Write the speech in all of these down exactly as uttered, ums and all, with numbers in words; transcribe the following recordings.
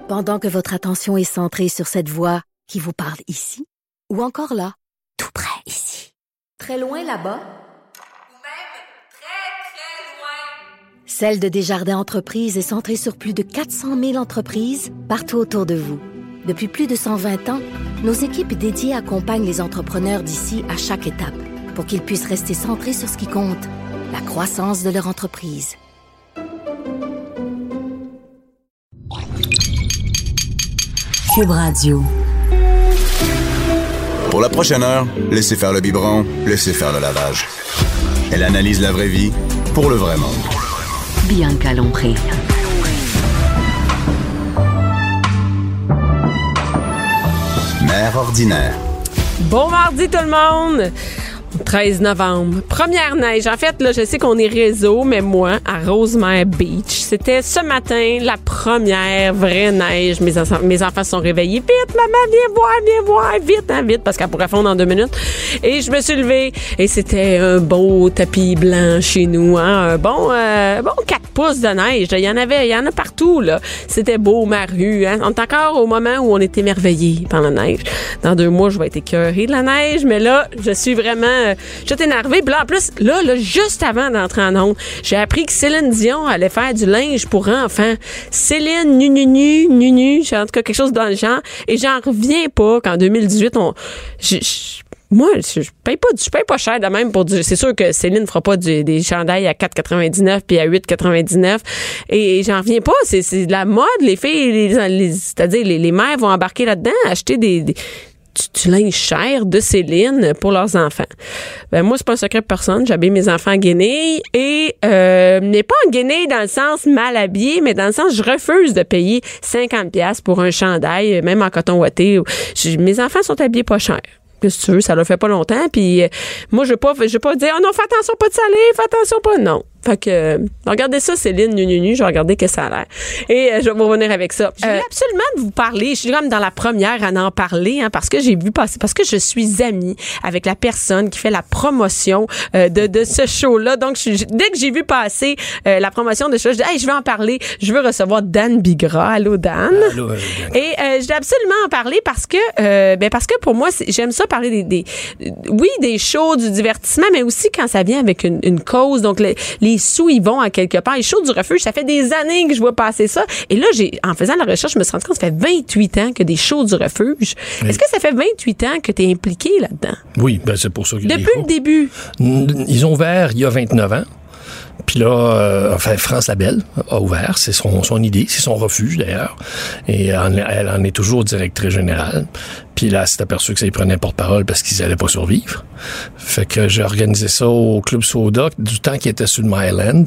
Pendant que votre attention est centrée sur cette voix qui vous parle ici, ou encore là, tout près ici, très loin là-bas, ou même très, très loin, Celle de Desjardins Entreprises est centrée sur plus de quatre cent mille entreprises partout autour de vous. Depuis plus de cent vingt ans, nos équipes dédiées accompagnent les entrepreneurs d'ici à chaque étape pour qu'ils puissent rester centrés sur ce qui compte, la croissance de leur entreprise. Cube Radio. Pour la prochaine heure, laissez faire le biberon, laissez faire le lavage. Elle analyse la vraie vie pour le vrai monde. Bianca Lompré. Mère ordinaire. Bon mardi tout le monde! treize novembre. Première neige. En fait, là, je sais qu'on est réseau, mais moi, à Rosemère Beach, c'était ce matin la première vraie neige. Mes, enfants, mes enfants se sont réveillés. Vite, maman, viens voir, viens voir. Vite, hein, vite, parce qu'elle pourrait fondre en deux minutes. Et je me suis levée et c'était un beau tapis blanc chez nous. Hein, un bon, euh, bon quatre pouces de neige. Il y en avait, il y en a partout, là. C'était beau, ma rue. Hein. On est encore au moment où on est émerveillés par la neige. Dans deux mois, je vais être écœurée de la neige, mais là, je suis vraiment... Je suis énervée. Puis là, en plus, là, là, juste avant d'entrer en onde, j'ai appris que Céline Dion allait faire du linge pour enfants. Céline, nu, nu, nu, nu, nu, en tout cas, quelque chose dans le genre. Et j'en reviens pas qu'en deux mille dix-huit, on... Je, je, moi, je, je paye pas, je paye pas cher de même pour du... C'est sûr que Céline fera pas du, des chandails à quatre quatre-vingt-dix-neuf puis à huit quatre-vingt-dix-neuf. Et, et j'en reviens pas. C'est, c'est de la mode. Les filles, les, les, c'est-à-dire les, les mères vont embarquer là-dedans, acheter des... des Du, du linge cher de Céline pour leurs enfants. Ben moi, c'est pas un secret pour personne. J'habille mes enfants en guenilles et euh, n'est pas en guenilles dans le sens mal habillé, mais dans le sens je refuse de payer cinquante dollars pour un chandail, même en coton ouaté. Je, mes enfants sont habillés pas cher. Qu'est-ce que tu veux, ça leur fait pas longtemps. Puis euh, moi, je vais pas, je vais pas dire oh non, fais attention pas de salé, fais attention pas non. Fait que, euh, regardez ça, Céline, nu, nu, nu, je vais regarder que ça a l'air. Et euh, je vais vous revenir avec ça. Je voulais euh, absolument vous parler, je suis comme dans la première à en parler, hein, parce que j'ai vu passer, parce que je suis amie avec la personne qui fait la promotion euh, de, de ce show-là. Donc, je, dès que j'ai vu passer euh, la promotion de ce show, je dis, hey, je vais en parler, je veux recevoir Dan Bigra. Allô, Dan? Allô, allô, Dan. Et euh, je dois absolument en parler parce que, euh, ben parce que pour moi, c'est, j'aime ça parler des, des, oui, des shows, du divertissement, mais aussi quand ça vient avec une, une cause. Donc, les, les Les sous, ils vont à quelque part. Les shows du refuge, ça fait des années que je vois passer ça. Et là, j'ai, en faisant la recherche, je me suis rendu compte que ça fait vingt-huit ans que des shows du refuge. Oui. Est-ce que ça fait vingt-huit ans que tu es impliqué là-dedans? Oui, ben c'est pour ça qu'il y a Depuis le début? Ils ont ouvert il y a vingt-neuf ans. Puis là, euh, enfin, France Labelle a ouvert. C'est son, son idée, c'est son refuge d'ailleurs. Et elle, elle en est toujours directrice générale. Puis là, elle s'est aperçue que ça y prenait porte-parole parce qu'ils allaient pas survivre. Fait que j'ai organisé ça au Club Soda du temps qu'il était sur le Myland.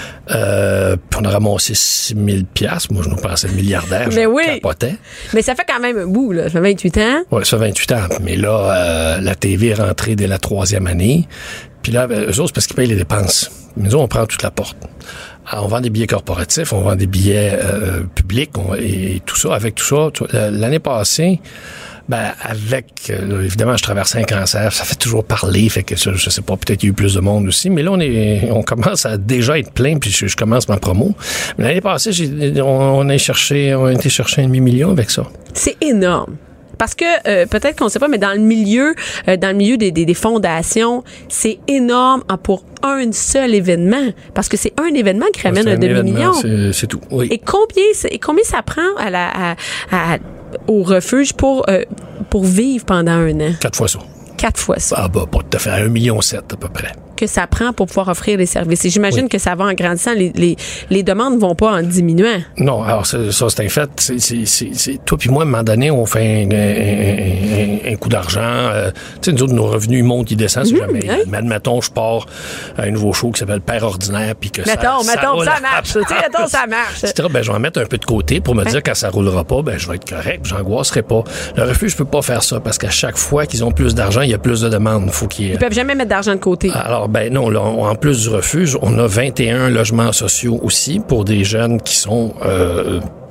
Euh, puis on a ramassé six mille piastres. Moi, je nous pensais milliardaire. Mais je oui. capotais. Mais ça fait quand même un bout, là. Ça fait vingt-huit ans. Oui, ça fait vingt-huit ans. Mais là, euh, la T V est rentrée dès la troisième année. Puis là, ben, eux autres, c'est parce qu'ils payent les dépenses. Nous, on prend toute la porte. Alors, on vend des billets corporatifs, on vend des billets euh, publics on, et tout ça. Avec tout ça, tout, l'année passée, ben avec, là, évidemment, je traverse un cancer, ça fait toujours parler, fait que ça, je sais pas, peut-être qu'il y a eu plus de monde aussi, mais là, on est, on commence à déjà être plein, puis je, je commence ma promo. Mais l'année passée, j'ai, on, on a cherché, on a été chercher un demi-million avec ça. C'est énorme. Parce que euh, peut-être qu'on ne sait pas, mais dans le milieu, euh, dans le milieu des, des, des fondations, c'est énorme hein, pour un seul événement. Parce que c'est un événement qui ramène ouais, un, un demi-million. C'est, c'est tout. Oui. Et combien, et combien ça prend à la, à, à, au refuge pour euh, pour vivre pendant un an? Quatre fois ça. Quatre fois ça. Ah bah pas tout à fait, un million sept à peu près. Que ça prend pour pouvoir offrir les services. Et j'imagine oui. que ça va en grandissant. Les, les, les demandes ne vont pas en diminuant. Non, alors ça, ça c'est un fait. C'est, c'est, c'est, c'est, toi puis moi, à un moment donné, on fait un, un, un, un coup d'argent. Euh, tu sais, nous autres, nos revenus, ils montent, ils descendent. Mm-hmm, jamais. Oui. Mais admettons, je pars à un nouveau show qui s'appelle Père ordinaire. Puis que mettons, ça, mettons, ça, ça marche. Tu sais, mettons, ça marche. Ben, je vais en mettre un peu de côté pour me dire quand ça roulera pas, ben, je vais être correct. J'angoisserai pas. Le refuge, je peux pas faire ça parce qu'à chaque fois qu'ils ont plus d'argent, il y a plus de demandes. Faut qu'ils... Ils peuvent jamais mettre d'argent de côté. Alors, ben, non, là, on, en plus du refuge, on a vingt et un logements sociaux aussi pour des jeunes qui sont euh,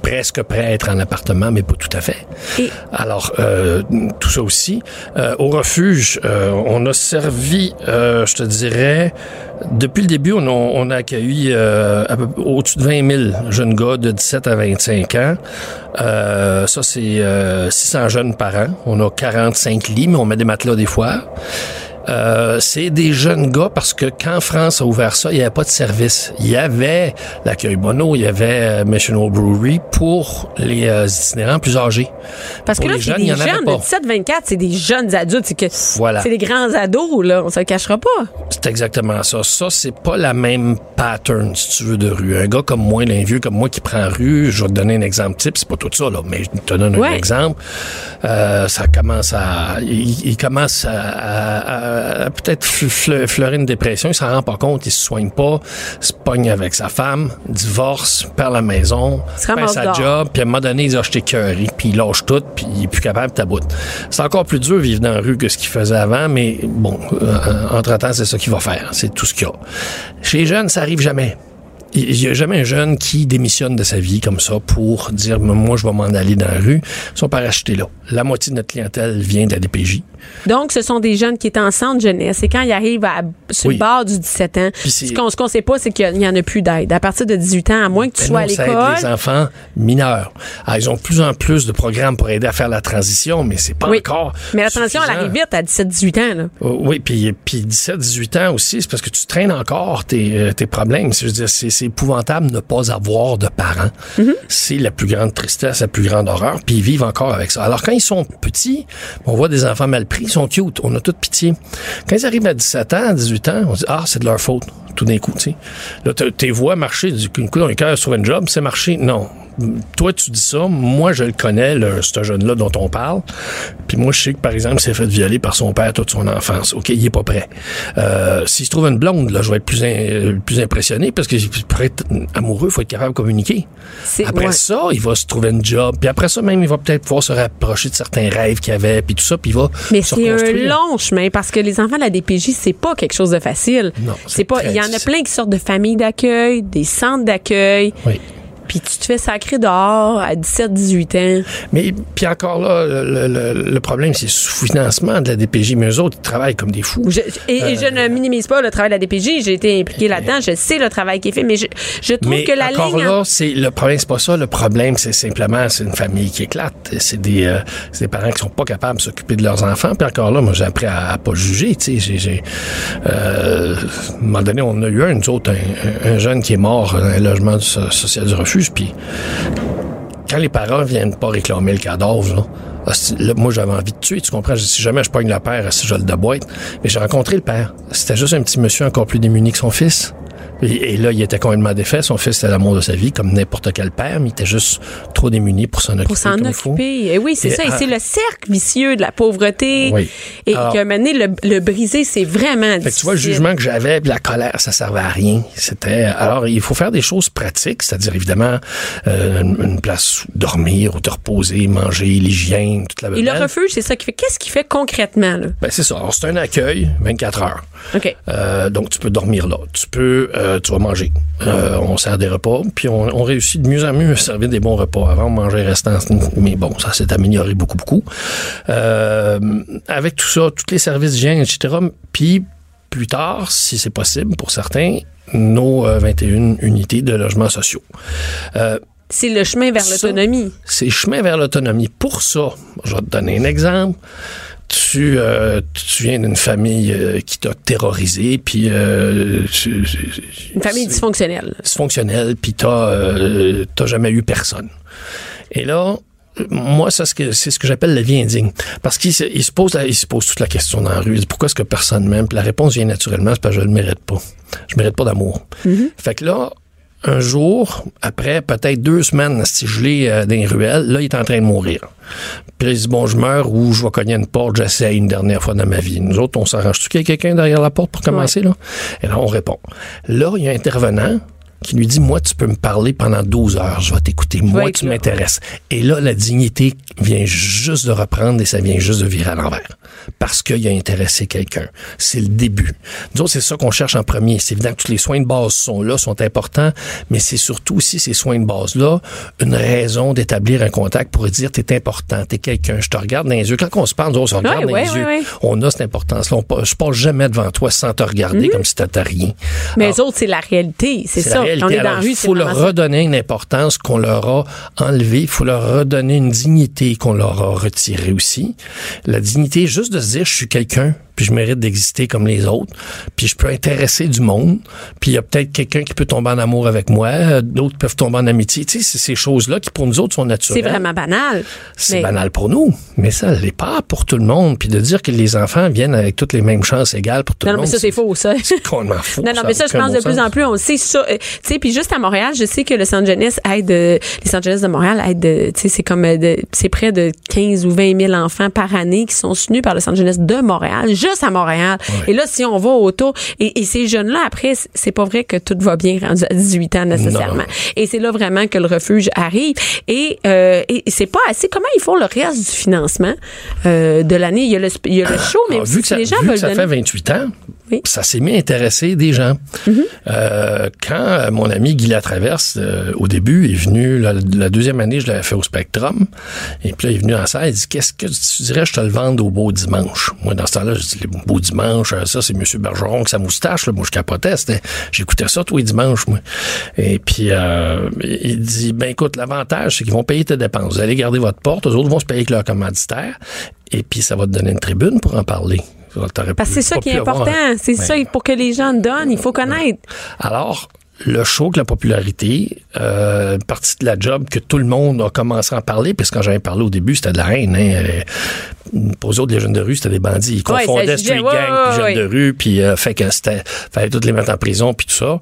presque prêt à être en appartement, mais pas tout à fait. Et... Alors, euh, tout ça aussi. Euh, au refuge, euh, on a servi, euh, je te dirais, depuis le début, on a, on a accueilli euh, à peu, au-dessus de vingt mille jeunes gars de dix-sept à vingt-cinq ans. Euh, ça, c'est euh, six cents jeunes par an. On a quarante-cinq lits, mais on met des matelas des fois. Euh, c'est des jeunes gars parce que quand France a ouvert ça, il n'y avait pas de service. Il y avait l'accueil Bono, il y avait euh, Mission Brewery pour les euh, itinérants plus âgés. Parce pour que là, les c'est jeunes, des il y en avait jeunes pas. de dix-sept vingt-quatre, c'est des jeunes adultes. C'est, que voilà. C'est des grands ados, là. On se le cachera pas. C'est exactement ça. Ça, c'est pas la même pattern, si tu veux, de rue. Un gars comme moi, un vieux comme moi qui prend rue, je vais te donner un exemple type, c'est pas tout ça, là, mais je te donne ouais. un exemple. Euh, ça commence à... Il, il commence à, à, à peut-être fleurir une dépression, il s'en rend pas compte, il se soigne pas, se pogne avec sa femme, divorce, perd la maison, perd sa d'or. job, puis à un moment donné, il a acheté curry, puis il lâche tout, puis il est plus capable de taboute. C'est encore plus dur vivre dans la rue que ce qu'il faisait avant, mais bon, euh, entre-temps, c'est ça qu'il va faire, c'est tout ce qu'il y a. Chez les jeunes, ça arrive jamais. Il y a jamais un jeune qui démissionne de sa vie comme ça pour dire « moi, je vais m'en aller dans la rue ». Ils sont parachutés là. La moitié de notre clientèle vient de la D P J. Donc, ce sont des jeunes qui étaient en centre jeunesse. Et quand ils arrivent à, sur oui. le bord du dix-sept ans, ce qu'on, ce qu'on sait pas, c'est qu'il n'y en a plus d'aide. À partir de dix-huit ans, à moins que tu ben sois non, à l'école... ça aide les enfants mineurs. Alors, ils ont de plus en plus de programmes pour aider à faire la transition, mais c'est pas oui. encore Mais la transition, elle arrive vite à dix-sept dix-huit ans. Là. Oui, puis, puis dix-sept dix-huit ans aussi, c'est parce que tu traînes encore tes, tes problèmes. Je veux dire, c'est, c'est épouvantable de ne pas avoir de parents. Mm-hmm. C'est la plus grande tristesse, la plus grande horreur, puis ils vivent encore avec ça. Alors, quand ils sont petits, on voit des enfants mal pris, ils sont cute, on a toute pitié. Quand ils arrivent à dix-sept ans, dix-huit ans, on dit « Ah, c'est de leur faute », tout d'un coup, tu sais. Là, t'es vois marcher, du coup, dans les cœurs sur un job, c'est marcher. Non. Toi, tu dis ça, moi, je le connais, le, ce jeune-là dont on parle. Puis moi, je sais que, par exemple, il s'est fait violer par son père toute son enfance. OK, il est pas prêt. Euh, s'il se trouve une blonde, là, je vais être plus, in, plus impressionné parce que pour être amoureux, il faut être capable de communiquer. C'est, après ouais. ça, il va se trouver un job. Puis après ça, même, il va peut-être pouvoir se rapprocher de certains rêves qu'il avait, puis tout ça, puis il va Mais se c'est reconstruire. un long chemin parce que les enfants de la D P J, c'est pas quelque chose de facile. Non, c'est, c'est pas. Il y en a plein qui sortent de familles d'accueil, des centres d'accueil. Oui. Puis tu te fais sacrer dehors à dix-sept dix-huit ans. Mais puis encore là, le, le, le problème, c'est le sous-financement de la D P J. Mais eux autres, ils travaillent comme des fous. Je, et, euh, et je ne minimise pas le travail de la D P J. J'ai été impliquée là-dedans. Je sais le travail qui est fait. Mais je, je trouve mais que la encore ligne... là, c'est, le problème, c'est pas ça. Le problème, c'est simplement, c'est une famille qui éclate. C'est des, euh, c'est des parents qui sont pas capables de s'occuper de leurs enfants. Puis encore là, moi, j'ai appris à, à pas juger. Tu sais, j'ai... j'ai euh, à un moment donné, on a eu un, nous autres, un, un jeune qui est mort dans un logement du, social du refuge. Puis quand les parents viennent pas réclamer le cadavre, là, là, moi, j'avais envie de tuer, tu comprends? Si jamais je pogne la père, si je le déboîte. Mais j'ai rencontré le père. C'était juste un petit monsieur encore plus démuni que son fils. Et, et là, il était complètement défait. Son fils était l'amour de sa vie, comme n'importe quel père, mais il était juste trop démuni pour s'en occuper. Pour s'en comme occuper. Et oui, c'est et ça. Et à... c'est le cercle vicieux de la pauvreté. Oui. Et Alors, qu'à un moment donné, le, le briser, c'est vraiment difficile. Fait que tu vois, le jugement que j'avais, puis la colère, ça servait à rien. C'était. Alors, il faut faire des choses pratiques, c'est-à-dire évidemment euh, une, une place où dormir, où te reposer, manger, l'hygiène, toute la. Et le refuge, c'est ça qui fait. Qu'est-ce qu'il fait concrètement là? Ben c'est ça. Alors, c'est un accueil, vingt-quatre heures. Ok. Euh, donc tu peux dormir là. Tu peux, euh, tu vas manger. Euh, on sert des repas, puis on, on réussit de mieux en mieux à servir des bons repas. Avant, on mangeait restant, mais bon, ça s'est amélioré beaucoup, beaucoup. Euh, avec tout ça, tous les services d'hygiène, et cetera. Puis plus tard, si c'est possible pour certains, nos euh, vingt et une unités de logements sociaux. Euh, C'est le chemin vers ça, l'autonomie. C'est le chemin vers l'autonomie. Pour ça, je vais te donner un exemple. Tu, euh, tu viens d'une famille euh, qui t'a terrorisé, puis euh, tu, une famille dysfonctionnelle. Dysfonctionnelle, puis t'as, euh, t'as jamais eu personne. Et là, moi, ça, c'est, que, c'est ce que j'appelle la vie indigne. Parce qu'il se, il se pose, il se pose toute la question dans la rue. Il dit, pourquoi est-ce que personne m'aime? Puis la réponse vient naturellement, c'est parce que je le mérite pas. Je mérite pas d'amour. Mm-hmm. Fait que là, un jour, après peut-être deux semaines si je l'ai euh, dans les ruelles, là, il est en train de mourir. Puis là, il dit, bon, je meurs ou je vais cogner une porte, j'essaie une dernière fois dans ma vie. Nous autres, on s'arrange-tu qu'il y a quelqu'un derrière la porte pour commencer, ouais. là? Et là, on répond. Là, il y a un intervenant qui lui dit, moi, tu peux me parler pendant douze heures, je vais t'écouter. Moi, ouais, tu là, m'intéresses. Ouais. Et là, la dignité vient juste de reprendre et ça vient juste de virer à l'envers. Parce qu'il a intéressé quelqu'un. C'est le début. Nous autres, c'est ça qu'on cherche en premier. C'est évident que tous les soins de base sont là, sont importants, mais c'est surtout aussi ces soins de base-là, une raison d'établir un contact pour dire, t'es important, t'es quelqu'un, je te regarde dans les yeux. Quand on se parle, nous autres, on se regarde ouais, dans ouais, les ouais, yeux. Ouais. On a cette importance-là. On, je passe jamais devant toi sans te regarder mm-hmm. comme si t'étais rien. Mais Alors, les autres, c'est la réalité. C'est, c'est ça. Réalité. On est dans la rue, il faut leur ça. redonner une importance qu'on leur a enlevée. Il faut leur redonner une dignité qu'on leur a retirée aussi. La dignité, juste de se dire, je suis quelqu'un, puis je mérite d'exister comme les autres, puis je peux intéresser du monde, puis il y a peut-être quelqu'un qui peut tomber en amour avec moi, d'autres peuvent tomber en amitié. Tu sais, c'est ces choses-là qui, pour nous autres, sont naturelles. C'est vraiment banal. C'est mais... banal pour nous, mais ça l'est pas pour tout le monde. Puis de dire que les enfants viennent avec toutes les mêmes chances égales pour tout non, le non, monde. Non, mais ça, c'est faux, ça. C'est complètement faux. Non, non, mais ça, je pense de plus en plus, on le sait ça. Tu sais, puis juste à Montréal, je sais que Los Angeles aide, Los Angeles de Montréal aide, tu sais, c'est comme, de, c'est près de quinze ou vingt mille enfants par année qui sont soutenus par Los Angeles de Montréal, juste à Montréal. Ouais. Et là, si on va autour, et, et ces jeunes-là, après, c'est pas vrai que tout va bien rendu à dix-huit ans nécessairement. Non. Et c'est là vraiment que le refuge arrive. Et, euh, et c'est pas assez. Comment ils font le reste du financement euh, de l'année? Il y a le, il y a le show, mais ah, vu que ça, les gens vu veulent que ça donner... fait vingt-huit ans, oui. ça s'est mis à intéresser des gens. Mm-hmm. Euh, quand euh, mon ami Guy Latraverse, euh, au début, est venu, la, la deuxième année, je l'avais fait au Spectrum, et puis là, il est venu en salle, il dit, qu'est-ce que tu dirais, je te le vende au beau dimanche? Moi, dans ce temps-là, je dis, les beaux dimanches, ça, c'est M. Bergeron avec sa moustache, là. Moi, je capotais, c'était, j'écoutais ça tous les dimanches, moi. Et puis, euh, il dit, ben écoute, l'avantage, c'est qu'ils vont payer tes dépenses. Vous allez garder votre porte, eux autres vont se payer avec leur commanditaire, et puis ça va te donner une tribune pour en parler. Parce que c'est ça qui est important. Un... C'est ouais. ça, pour que les gens donnent, il faut connaître. Alors, le show, que la popularité, euh, partie de la job que tout le monde a commencé à en parler, parce que quand j'avais parlé au début, c'était de la haine. Hein. Pour eux autres, les jeunes de rue, c'était des bandits. Ils ouais, confondaient street ouais, gang puis ouais. jeunes de rue, puis euh, fait que c'était, fallait toutes les mettre en prison, puis tout ça.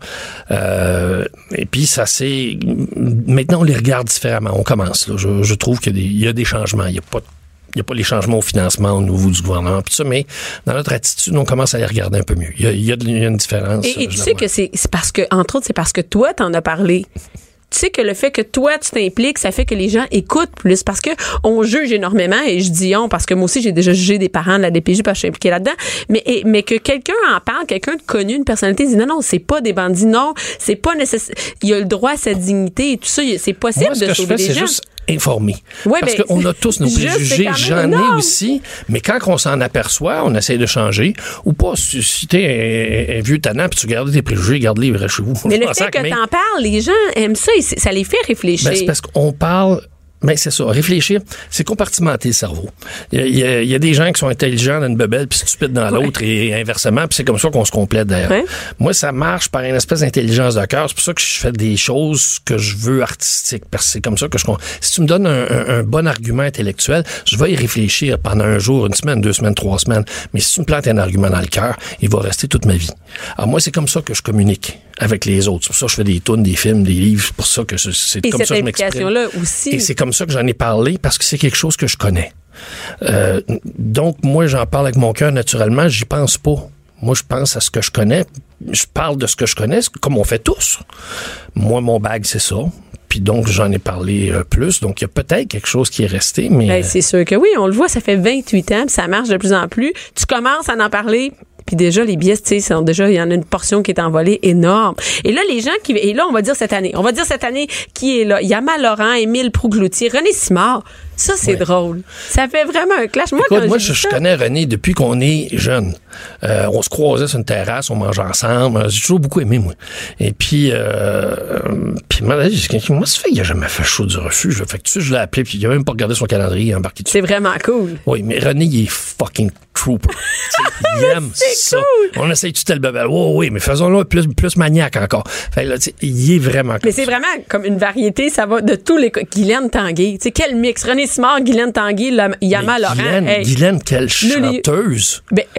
Euh, et puis ça c'est, maintenant on les regarde différemment. On commence. Là. Je, je trouve qu'il y a des, il y a des changements. Il y a pas Il n'y a pas les changements au financement au niveau du gouvernement, puis ça, mais dans notre attitude, on commence à les regarder un peu mieux. Il y a, il y a, il y a une différence. Et, et tu sais vois. que c'est, c'est parce que, entre autres, c'est parce que toi, t'en as parlé. Tu sais que le fait que toi, tu t'impliques, ça fait que les gens écoutent plus parce que on juge énormément et je dis on parce que moi aussi, j'ai déjà jugé des parents de la D P J parce que je suis impliquée là-dedans. Mais, et, mais que quelqu'un en parle, quelqu'un de connu, une personnalité dit non, non, c'est pas des bandits, non, c'est pas nécessaire. Il y a le droit à sa dignité et tout ça, c'est possible moi, de sauver fais, les gens. Juste informé. Ouais, parce ben, qu'on a tous nos préjugés, j'en ai aussi, mais quand on s'en aperçoit, on essaie de changer, ou pas, si, si t'es un, un vieux tannant puis tu gardes tes préjugés, garde-les, ils restent chez vous. Mais le fait que mais... t'en parles, les gens aiment ça et ça les fait réfléchir. Ben, c'est parce qu'on parle... Ben, c'est ça. Réfléchir, c'est compartimenter le cerveau. Il y, a, il, y a, il y a des gens qui sont intelligents dans une bebelle puis stupides dans ouais. l'autre et inversement, puis c'est comme ça qu'on se complète d'ailleurs. Ouais. Moi, ça marche par une espèce d'intelligence de cœur. C'est pour ça que je fais des choses que je veux artistiques, parce que c'est comme ça que je... Si tu me donnes un, un, un bon argument intellectuel, je vais y réfléchir pendant un jour, une semaine, deux semaines, trois semaines. Mais si tu me plantes un argument dans le cœur, il va rester toute ma vie. Alors moi, c'est comme ça que je communique avec les autres. C'est pour ça que je fais des tunes, des films, des livres. C'est pour ça que je, c'est et comme ça que je m'exprime. Et cette implication-là aussi. Et c'est comme ça que j'en ai parlé parce que c'est quelque chose que je connais. Euh, donc, moi, j'en parle avec mon cœur naturellement. J'y pense pas. Moi, je pense à ce que je connais. Je parle de ce que je connais, comme on fait tous. Moi, mon bag, c'est ça. Puis donc, j'en ai parlé euh, plus. Donc, il y a peut-être quelque chose qui est resté, mais... Ben, c'est sûr que oui. On le voit, ça fait vingt-huit ans, puis ça marche de plus en plus. Tu commences à en parler... Puis déjà, les billets, tu sais, déjà, il y en a une portion qui est envolée énorme. Et là, les gens qui... Et là, on va dire cette année. On va dire cette année qui est là. Yama Laurent, Émile Prougloutier, René Simard. Ça, c'est ouais. drôle. Ça fait vraiment un clash. Moi, Écoute, quand moi je, je connais René depuis qu'on est jeune. Euh, on se croisait sur une terrasse, on mangeait ensemble. J'ai toujours beaucoup aimé, moi. Et puis, euh, puis moi, moi, ça fait qu'il n'a jamais fait chaud du refuge. Fait que tu sais, je l'ai appelé, puis il n'a même pas regardé son calendrier, embarqué dessus. C'est vraiment cool. Oui, mais René, il est fucking trooper. Il aime c'est ça. Cool. On essaye tout tel bebel. Oh, oui, mais faisons-le plus, plus maniaque encore. Fait là, il est vraiment comme Mais c'est ça. vraiment comme une variété, ça va de tous les... Guylaine Tanguay. Tu sais, quel mix. René Simard, Guylaine Tanguay, Yama Laurent. Guylaine, hey. Guylaine, quelle chanteuse. Ben,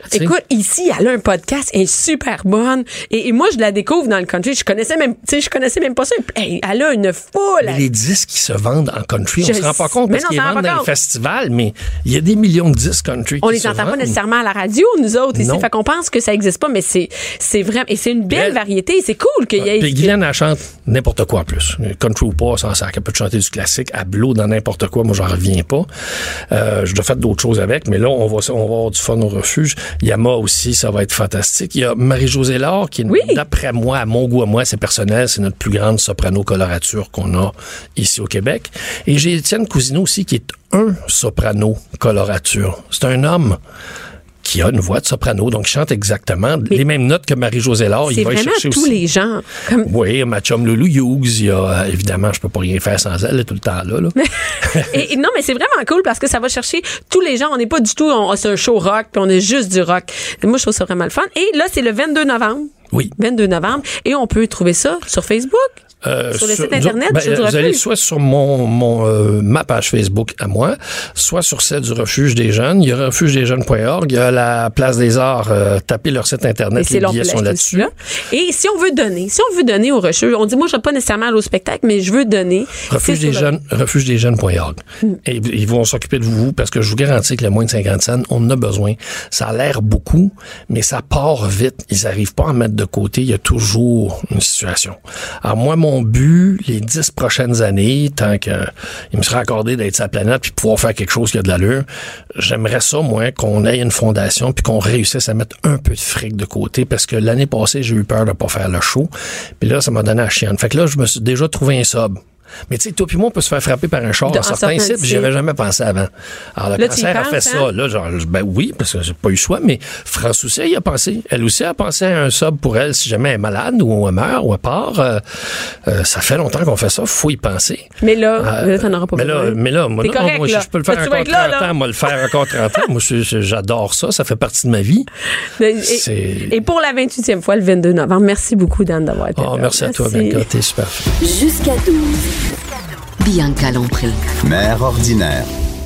T'sais. Écoute, ici, elle a un podcast, elle est super bonne. Et, et moi, je la découvre dans le country. Je connaissais même, tu sais, je connaissais même pas ça. Hey, elle a une foule. Mais les disques qui se vendent en country, Je on se rend pas compte mais parce non, qu'ils on s'en rend vendent pas dans les compte. festivals, mais il y a des millions de disques country On qui les se entend pas vendent. nécessairement à la radio, nous autres, ici. Non. Fait qu'on pense que ça existe pas, mais c'est, c'est vrai. Et c'est une belle Elle- variété. C'est cool qu'il y ait. Puis Guylaine, elle chante n'importe quoi en plus. Country ou pas, sans sac. Elle peut chanter du classique, à blow dans n'importe quoi. Moi, j'en reviens pas. Euh, je dois faire d'autres choses avec, mais là, on va, on va avoir du fun au refuge. Yama aussi, ça va être fantastique. Il y a Marie-Josée Laure, qui, Oui. d'après moi, à mon goût à moi, c'est personnel, c'est notre plus grande soprano colorature qu'on a ici au Québec. Et j'ai Étienne Cousineau aussi, qui est un soprano colorature. C'est un homme qui a une voix de soprano, donc il chante exactement Mais les mêmes notes que Marie-Josée Laure. c'est Il va y vraiment chercher tous aussi. les genres. Comme... Oui, ma chum Loulou Hughes, il y a, euh, évidemment, je peux pas rien faire sans elle, elle est tout le temps là. là. et, et non, mais c'est vraiment cool parce que ça va chercher tous les gens. On n'est pas du tout, on, c'est un show rock, puis on est juste du rock. Et moi, je trouve ça vraiment le fun. Et là, c'est le vingt-deux novembre. Oui. vingt-deux novembre. Et on peut trouver ça sur Facebook. Euh, Sur le site Internet ben, du vous Refuge? allez soit sur mon, mon euh, ma page Facebook à moi, soit sur celle du Refuge des Jeunes. Il y a refuge des jeunes point org. Il y a la Place des Arts. Euh, tapez leur site Et Internet. c'est Les long, billets on peut sont l'acheter là-dessus. celui-là. Et si on veut donner, si on veut donner au Refuge, on dit, moi, je ne vais pas nécessairement aller au spectacle, mais je veux donner. Refuge C'est des sur le- jeunes, refuge des jeunes point org. Et ils vont s'occuper de vous parce que je vous garantis que le moins de cinquante cents, on en a besoin. Ça a l'air beaucoup, mais ça part vite. Ils n'arrivent pas à mettre de côté. Il y a toujours une situation. Alors moi, mon but, les dix prochaines années, tant que il me sera accordé d'être sur la planète puis pouvoir faire quelque chose qui a de l'allure, j'aimerais ça, moi, qu'on ait une fondation puis qu'on réussisse à mettre un peu de fric de côté parce que l'année passée, j'ai eu peur de pas faire le show. Puis là, ça m'a donné la chienne. Fait que là, je me suis déjà trouvé un sub. Mais tu sais, toi puis moi, on peut se faire frapper par un char De- en en sortant sortant ici, puis d'ici. j'y avais jamais pensé avant. Alors, le Là, tu y cancer a penses, fait ça. hein? Là, genre, ben oui, parce que j'ai pas eu le choix, mais France aussi, elle y a pensé. Elle aussi a pensé à un sub pour elle si jamais elle est malade ou elle meurt ou elle part. Euh, euh, ça fait longtemps qu'on fait ça, faut y penser. Mais là, Euh, là, t'en auras pas mais là, besoin. mais là, moi, T'es non, correct, moi, je, là. je peux le faire Tu vas encore être là, trente là. ans, moi, le faire encore trente ans. Moi, je- je- j'adore ça, ça fait partie de ma vie. Et, C'est- et pour la vingt-huitième fois, le vingt-deux novembre, merci beaucoup, Dan, d'avoir été Oh, là. merci à toi, Bianca, t'es super. Jusqu'à douze. Bianca Lompré. Mère ordinaire.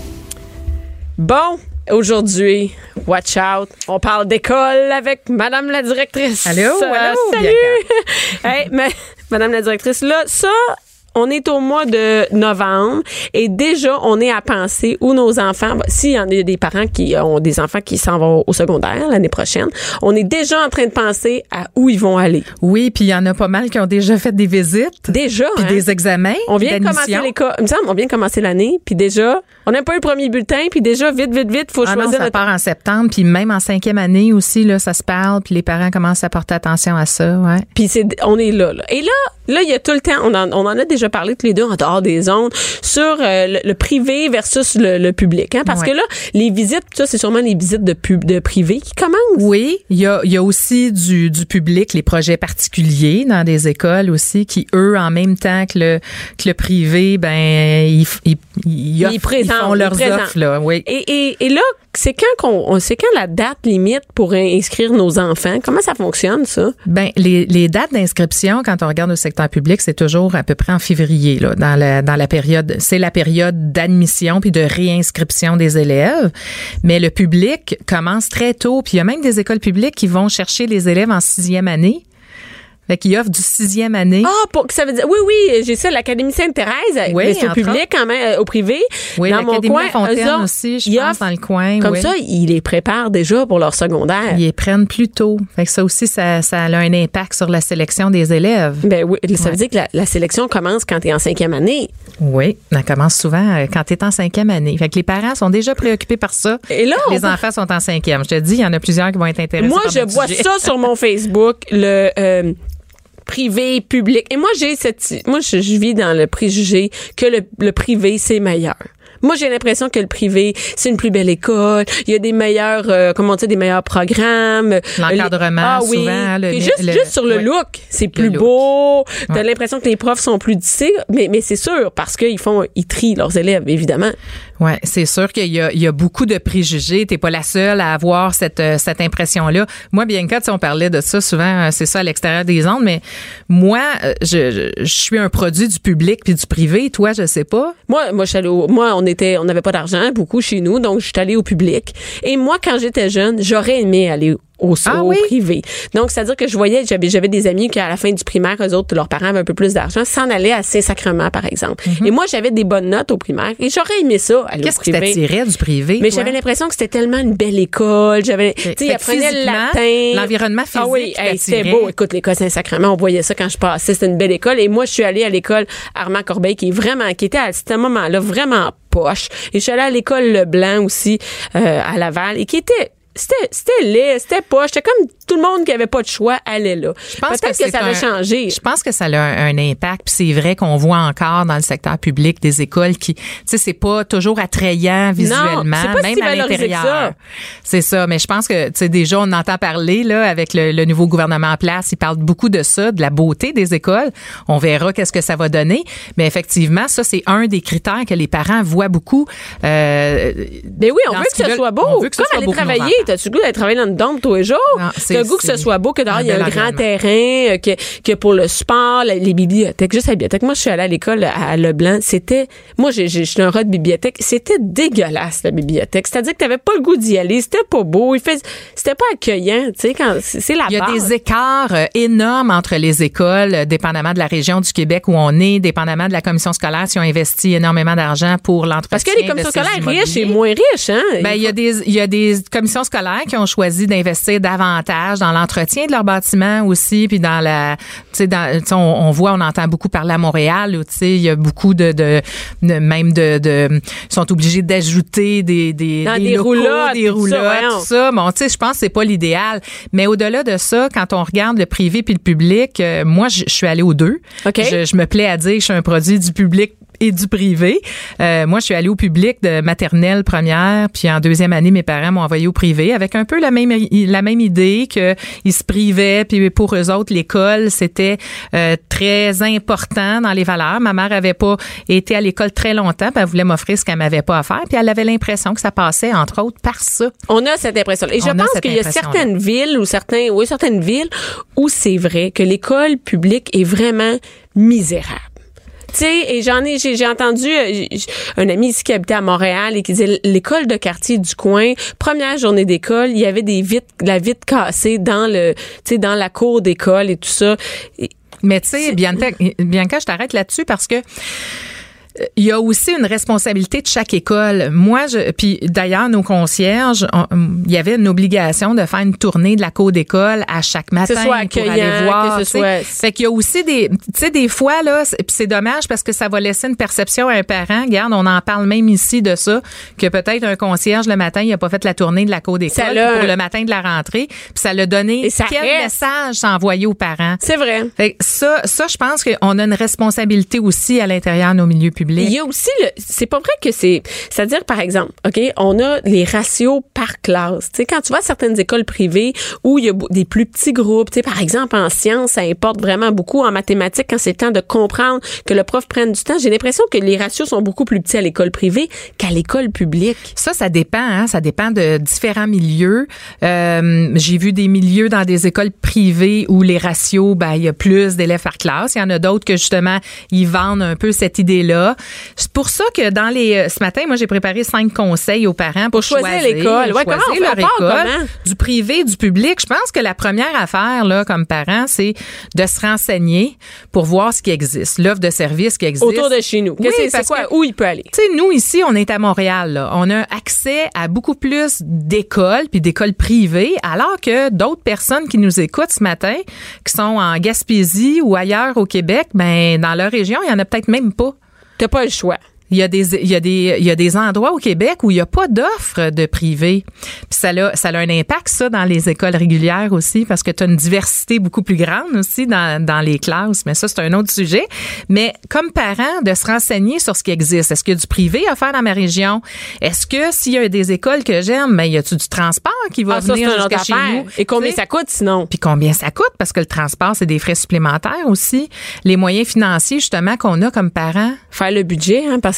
Bon, aujourd'hui, watch out, on parle d'école avec Madame la directrice. Allô, Euh, allô, salut! Hey, mais, Madame la directrice, là, ça... On est au mois de novembre et déjà, on est à penser où nos enfants, s'il y en a des parents qui ont des enfants qui s'en vont au secondaire l'année prochaine, on est déjà en train de penser à où ils vont aller. Oui, puis il y en a pas mal qui ont déjà fait des visites. Déjà, Puis hein? des examens. On vient de d'admission. commencer l'école. Il me semble, on vient de commencer l'année, puis déjà, on n'a pas eu le premier bulletin, puis déjà, vite, vite, vite, faut Ah non, choisir ça notre... part en septembre, puis même en cinquième année aussi, là, ça se parle, puis les parents commencent à porter attention à ça, ouais. Puis c'est, on est là, là. Et là, là, il y a tout le temps, on en, on en a déjà parlé tous les deux en dehors des ondes, sur euh, le, le privé versus le, le public. Hein? Parce Ouais. que là, les visites, ça, c'est sûrement les visites de, pub, de privé qui commencent. Oui, il y a, il y a aussi du, du public, les projets particuliers dans des écoles aussi, qui, eux, en même temps que le, que le privé, ben, ils, ils, ils, offrent- Ils présentent, ils font ils leurs présentent. offres, là, oui. Et, et, et là, c'est quand qu'on, on- c'est quand la date limite pour inscrire nos enfants? Comment ça fonctionne, ça? Ben les, les dates d'inscription, quand on regarde au secteur public, c'est toujours à peu près en février, là, dans la dans la période. C'est la période d'admission puis de réinscription des élèves. Mais le public commence très tôt. Puis il y a même des écoles publiques qui vont chercher les élèves en sixième année. Fait qu'ils offrent du sixième année. Ah, pour que ça veut dire, oui, oui, j'ai ça, l'Académie Sainte-Thérèse, Oui, mais c'est au entre public quand même, euh, au privé. Oui, dans mon l'Académie coin, La Fontaine eux autres, aussi, je ils pense, offrent- dans le coin. Comme oui. ça, ils les préparent déjà pour leur secondaire. Ils les prennent plus tôt. Fait que ça aussi, ça, ça a un impact sur la sélection des élèves. Ben oui, ça Ouais. veut dire que la, la sélection commence quand tu es en cinquième année. Oui, ça commence souvent euh, quand tu es en cinquième année. Fait que les parents sont déjà préoccupés par ça. Et là, on les peut- enfants sont en cinquième. Je te dis, il y en a plusieurs qui vont être intéressés Moi, par je notre vois sujet. ça sur mon Facebook, le euh, privé, public. Et moi, j'ai cette, moi, je, je vis dans le préjugé que le, le privé, c'est meilleur. Moi, j'ai l'impression que le privé, c'est une plus belle école. Il y a des meilleurs, euh, comment dire, des meilleurs programmes. L'encadrement, Ah oui. souvent, le- Que juste, le- juste sur le ouais. look, c'est plus look. beau. T'as Ouais. l'impression que les profs sont plus dissés. Mais, mais c'est sûr, parce qu'ils font, ils trient leurs élèves, évidemment. Ouais, c'est sûr qu'il y a, il y a beaucoup de préjugés. T'es pas la seule à avoir cette, euh, cette impression-là. Moi, Bianca, tu sais, on parlait de ça souvent, euh, c'est ça à l'extérieur des ondes, mais moi, euh, je, je, je suis un produit du public puis du privé. Toi, je sais pas. Moi, moi, je suis allée au- moi, on est était, on n'avait pas d'argent, beaucoup chez nous, donc je suis allée au public. Et moi, quand j'étais jeune, j'aurais aimé aller au, ah, au oui? privé. Donc, c'est-à-dire que je voyais, j'avais, j'avais des amis qui, à la fin du primaire, eux autres, leurs parents avaient un peu plus d'argent, s'en allaient à Saint-Sacrement, par exemple. Mm-hmm. Et moi, j'avais des bonnes notes au primaire et j'aurais aimé ça, aller Qu'est-ce au privé. Qu'est-ce qui t'attirait du privé? Mais toi? J'avais l'impression que c'était tellement une belle école. J'avais, tu sais, ils apprenaient le latin. L'environnement physique. Ah oui, hey, c'était beau. Écoute, l'école Saint-Sacrement, on voyait ça quand je passais. C'était une belle école. Et moi, je suis allée à l'école Armand Corbeil, qui est vraiment, qui était à ce moment-là vraiment poche. Et je suis allée à l'école Leblanc aussi, euh, à Laval, et qui était, c'était, c'était laid, c'était poche. C'était comme tout le monde qui avait pas de choix allait là. Je pense Peut-être que, que ça a changé. Je pense que ça a un, un impact. Puis c'est vrai qu'on voit encore dans le secteur public des écoles qui, tu sais, c'est pas toujours attrayant visuellement, non, c'est pas même si à l'intérieur. Ça. C'est ça. Mais je pense que, tu sais, déjà on entend parler là avec le, le nouveau gouvernement en place. Il parle beaucoup de ça, de la beauté des écoles. On verra qu'est-ce que ça va donner. Mais effectivement, ça c'est un des critères que les parents voient beaucoup. Euh, Mais oui, on veut que ce soit beau. On veut que ce soit beau. Comme aller travailler. T'as-tu le goût d'aller travailler dans le dôme tous les jours? T'as le goût que ce soit beau, que d'ailleurs, il y a un grand terrain, que, que pour le sport, les bibliothèques, juste la bibliothèque. Moi, je suis allée à l'école à Leblanc. C'était, moi, j'ai, j'ai, je suis un rat de bibliothèque. C'était dégueulasse, la bibliothèque. C'est-à-dire que t'avais pas le goût d'y aller. C'était pas beau. Il fait, c'était pas accueillant, tu sais, quand, c'est, c'est la base. Il y a des écarts euh, énormes entre les écoles, euh, dépendamment de la région du Québec où on est, dépendamment de la commission scolaire, si on investit énormément d'argent pour l'entretien. Parce que les commissions scolaires riches et moins riches, hein. Ben, il y a des, il y a des commissions scolaires qui ont choisi d'investir davantage dans l'entretien de leur bâtiment aussi, puis dans la, tu sais, dans, on, on voit, on entend beaucoup parler à Montréal, où tu sais, il y a beaucoup de, de, de même de, de, ils sont obligés d'ajouter des, des, dans des, des locaux, roulottes, des roulottes, tout ça. Bon, tu sais, je pense que c'est pas l'idéal, mais au-delà de ça, quand on regarde le privé puis le public, euh, moi, je suis allée aux deux. Okay. Je, je me plais à dire que je suis un produit du public et du privé. Euh, moi, je suis allée au public de maternelle première, puis en deuxième année, mes parents m'ont envoyé au privé avec un peu la même la même idée que ils se privaient, puis pour eux autres, l'école, c'était euh, très important dans les valeurs. Ma mère avait pas été à l'école très longtemps, puis elle voulait m'offrir ce qu'elle m'avait pas à faire, puis elle avait l'impression que ça passait, entre autres, par ça. On a cette impression-là. Et je On pense qu'il y a certaines villes ou certains, oui, certaines villes où c'est vrai que l'école publique est vraiment misérable. Tu sais, et j'en ai, j'ai, j'ai entendu euh, un ami ici qui habitait à Montréal et qui disait l'école de quartier du coin, première journée d'école, il y avait des vitres, la vitre cassée dans le, tu sais, dans la cour d'école et tout ça. Et, mais tu sais, Bianca, Bianca, je t'arrête là-dessus parce que il y a aussi une responsabilité de chaque école. Moi, je, puis d'ailleurs, nos concierges, on, il y avait une obligation de faire une tournée de la cour d'école à chaque matin que ce soit accueillant, pour aller voir. Que ce soit... Fait qu'il y a aussi des, tu sais, des fois là, puis c'est dommage parce que ça va laisser une perception à un parent. Regarde, on en parle même ici de ça, que peut-être un concierge le matin, il a pas fait la tournée de la cour d'école pour le matin de la rentrée, puis ça l'a donné. Et ça quel reste. message s'envoyer aux parents. C'est vrai. Fait que ça, ça, je pense qu'on a une responsabilité aussi à l'intérieur de nos milieux publics. Il y a aussi le, c'est pas vrai que c'est, c'est-à-dire par exemple, OK, on a les ratios par classe. Tu sais, quand tu vas à certaines écoles privées où il y a des plus petits groupes, tu sais, par exemple en sciences, ça importe vraiment beaucoup, en mathématiques, quand c'est le temps de comprendre, que le prof prenne du temps, j'ai l'impression que les ratios sont beaucoup plus petits à l'école privée qu'à l'école publique. Ça, ça dépend, hein, ça dépend de différents milieux. Euh, j'ai vu des milieux dans des écoles privées où les ratios, ben, il y a plus d'élèves par classe. Il y en a d'autres que justement, ils vendent un peu cette idée-là. C'est pour ça que dans les ce matin, moi j'ai préparé cinq conseils aux parents pour, pour choisir, choisir l'école, ouais, choisir comment leur école, comment? Du privé, du public. Je pense que la première affaire là, comme parent, c'est de se renseigner pour voir ce qui existe, l'offre de services qui existe autour de chez nous. Oui, c'est, c'est quoi, que, où il peut aller. Tu sais, nous ici, on est à Montréal. Là. On a accès à beaucoup plus d'écoles puis d'écoles privées, alors que d'autres personnes qui nous écoutent ce matin, qui sont en Gaspésie ou ailleurs au Québec, ben dans leur région, il y en a peut-être même pas. T'as pas le choix. Il y a des il y a des il y a des endroits au Québec où il y a pas d'offre de privé. Puis ça a ça a un impact ça dans les écoles régulières aussi parce que tu as une diversité beaucoup plus grande aussi dans dans les classes, mais ça c'est un autre sujet. Mais comme parent de se renseigner sur ce qui existe, est-ce qu'il y a du privé à faire dans ma région? Est-ce que s'il y a des écoles que j'aime, mais y a-tu du transport qui va ah, venir ça, jusqu'à chez nous? Et combien ça coûte sinon? Puis combien ça coûte parce que le transport c'est des frais supplémentaires aussi, les moyens financiers justement qu'on a comme parents. Faire le budget hein parce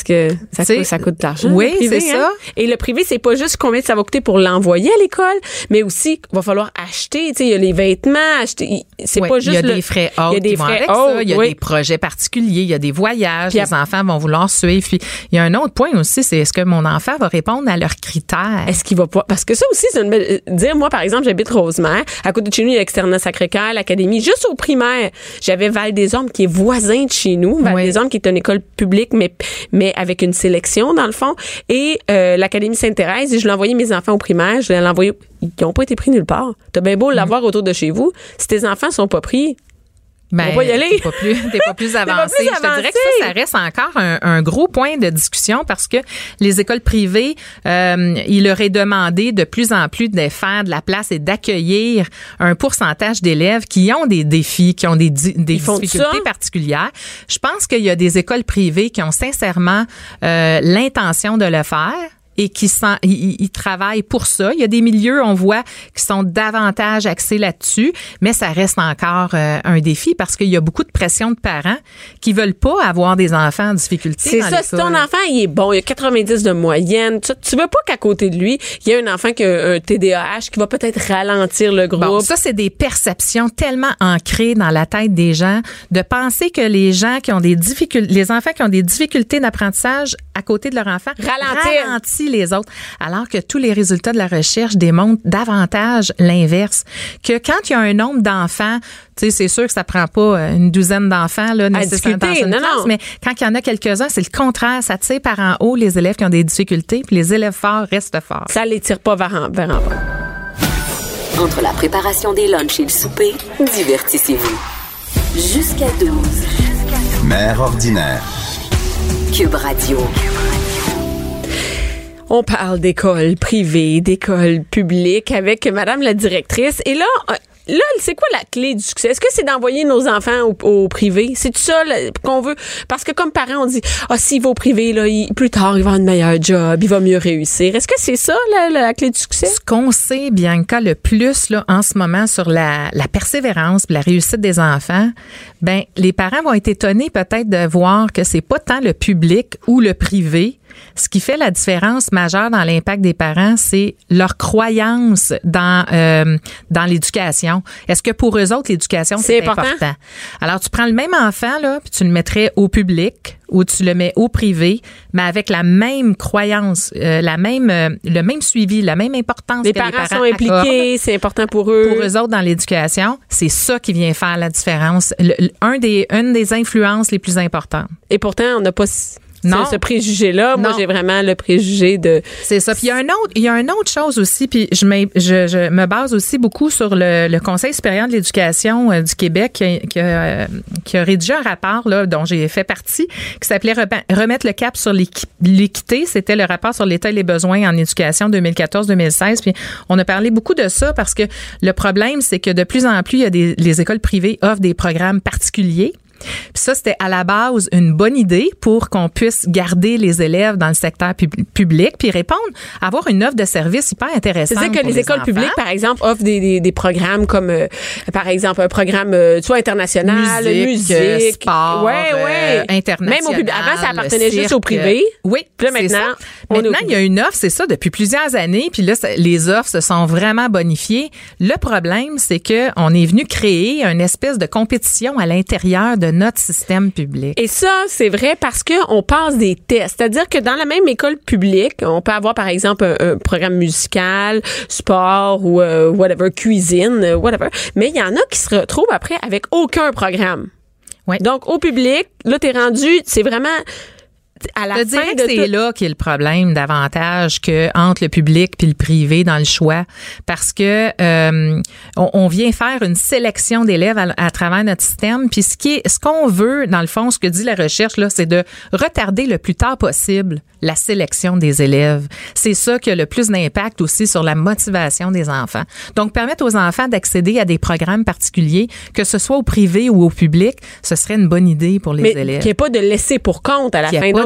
parce que ça, coûte, ça coûte de l'argent. Oui, privé, c'est hein? ça. Et le privé, c'est pas juste combien ça va coûter pour l'envoyer à l'école, mais aussi il va falloir acheter. Tu sais, il y a les vêtements, acheter. C'est oui, pas juste. Il y a le, des frais hauts. Il y a des frais hauts. Il y a oui. des projets particuliers. Il y a des voyages. Puis les à... enfants vont vouloir suivre. Puis il y a un autre point aussi, c'est est-ce que mon enfant va répondre à leurs critères? Est-ce qu'il va pas? Parce que ça aussi, c'est une belle. Dire, moi, par exemple, j'habite Rosemère. À côté de chez nous, il y a Externat Sacré-Cœur, l'Académie. Juste au primaire, j'avais Val-des-Ormes qui est voisin de chez nous. Val-des-Ormes oui. qui est une école publique, mais, mais avec une sélection, dans le fond. Et euh, l'Académie Sainte-Thérèse, et je l'ai envoyé mes enfants au primaire. Je l'ai envoyé. Ils n'ont pas été pris nulle part. T'as bien beau l'avoir mmh. autour de chez vous. Si tes enfants sont pas pris, ben, on va y aller. T'es pas plus, t'es pas plus avancé. pas plus Je te avancé. dirais que ça, ça reste encore un, un gros point de discussion parce que les écoles privées, euh, il leur est demandé de plus en plus de faire de la place et d'accueillir un pourcentage d'élèves qui ont des défis, qui ont des, di- des difficultés particulières. Je pense qu'il y a des écoles privées qui ont sincèrement euh, l'intention de le faire. Et qui sont, ils, ils travaillent pour ça. Il y a des milieux, on voit, qui sont davantage axés là-dessus, mais ça reste encore euh, un défi parce qu'il y a beaucoup de pression de parents qui veulent pas avoir des enfants en difficulté. C'est dans ça. l'école. Si ton enfant il est bon, il a quatre-vingt-dix de moyenne, tu, tu veux pas qu'à côté de lui, il y a un enfant qui a un T D A H qui va peut-être ralentir le groupe. Bon, ça c'est des perceptions tellement ancrées dans la tête des gens de penser que les gens qui ont des difficultés, les enfants qui ont des difficultés d'apprentissage à côté de leur enfant ralentir. ralentissent les autres, alors que tous les résultats de la recherche démontrent davantage l'inverse. Que quand il y a un nombre d'enfants, tu sais, c'est sûr que ça prend pas une douzaine d'enfants là, nécessairement dans une non, classe, non. mais quand il y en a quelques-uns, c'est le contraire. Ça tire par en haut les élèves qui ont des difficultés, puis les élèves forts restent forts. Ça les tire pas vers en, vers en bas. Entre la préparation des lunchs et le souper, divertissez-vous. Jusqu'à douze. Mère ordinaire. Cube Radio. On parle d'écoles privées, d'écoles publiques avec Madame la directrice. Et là, là, c'est quoi la clé du succès? Est-ce que c'est d'envoyer nos enfants au, au privé? C'est tout ça là, qu'on veut? Parce que comme parents, on dit, ah, s'il va au privé, là, il, plus tard, il va avoir un meilleur job, il va mieux réussir. Est-ce que c'est ça, la, la, la clé du succès? Ce qu'on sait, Bianca, le plus là en ce moment sur la, la persévérance et la réussite des enfants, ben les parents vont être étonnés peut-être de voir que c'est pas tant le public ou le privé. Ce qui fait la différence majeure dans l'impact des parents, c'est leur croyance dans euh, dans l'éducation. Est-ce que pour eux autres, l'éducation, c'est, c'est important? important? Alors, tu prends le même enfant, là, puis tu le mettrais au public ou tu le mets au privé, mais avec la même croyance, euh, la même euh, le même suivi, la même importance les que parents les parents sont impliqués, c'est important pour eux. Pour eux autres dans l'éducation, c'est ça qui vient faire la différence. Le, le, un des, une des influences les plus importantes. Et pourtant, on n'a pas... Non. Ce, ce préjugé-là, non. Moi, j'ai vraiment le préjugé de... C'est ça. Puis il y a un autre, il y a une autre chose aussi, puis je, je, je me base aussi beaucoup sur le, le Conseil supérieur de l'éducation euh, du Québec qui, qui, a, qui a rédigé un rapport là, dont j'ai fait partie, qui s'appelait Remettre le cap sur l'équité. C'était le rapport sur l'état et les besoins en éducation deux mille quatorze deux mille seize. Puis on a parlé beaucoup de ça parce que le problème, c'est que de plus en plus, il y a des, les écoles privées offrent des programmes particuliers. Puis ça, c'était à la base une bonne idée pour qu'on puisse garder les élèves dans le secteur pub- public puis répondre, avoir une offre de service hyper intéressante. C'est-à-dire que les, les écoles enfants. publiques, par exemple, offrent des, des, des programmes comme, euh, par exemple, un programme euh, soit international, musique, musique sport, ouais, ouais. Euh, international. Même au public. Avant, ça appartenait cirque, juste au privé. Oui. Puis là, maintenant, on maintenant il y a une offre, c'est ça, depuis plusieurs années. Puis là, ça, les offres se sont vraiment bonifiées. Le problème, c'est que on est venu créer une espèce de compétition à l'intérieur de notre système public. Et ça, c'est vrai parce que on passe des tests. C'est-à-dire que dans la même école publique, on peut avoir, par exemple, un, un programme musical, sport ou euh, whatever, cuisine, whatever. Mais il y en a qui se retrouvent après avec aucun programme. Oui. Donc, au public, là, t'es rendu, c'est vraiment... À la Je fin dirais de que c'est tout... là qu'est le problème davantage que entre le public puis le privé dans le choix, parce que euh, on, on vient faire une sélection d'élèves à, à travers notre système, puis ce qui est, ce qu'on veut dans le fond, ce que dit la recherche là, c'est de retarder le plus tard possible la sélection des élèves. C'est ça qui a le plus d'impact aussi sur la motivation des enfants. Donc permettre aux enfants d'accéder à des programmes particuliers, que ce soit au privé ou au public, ce serait une bonne idée pour les Mais élèves. qu'il n'y ait pas de laisser pour compte à la fin. Donc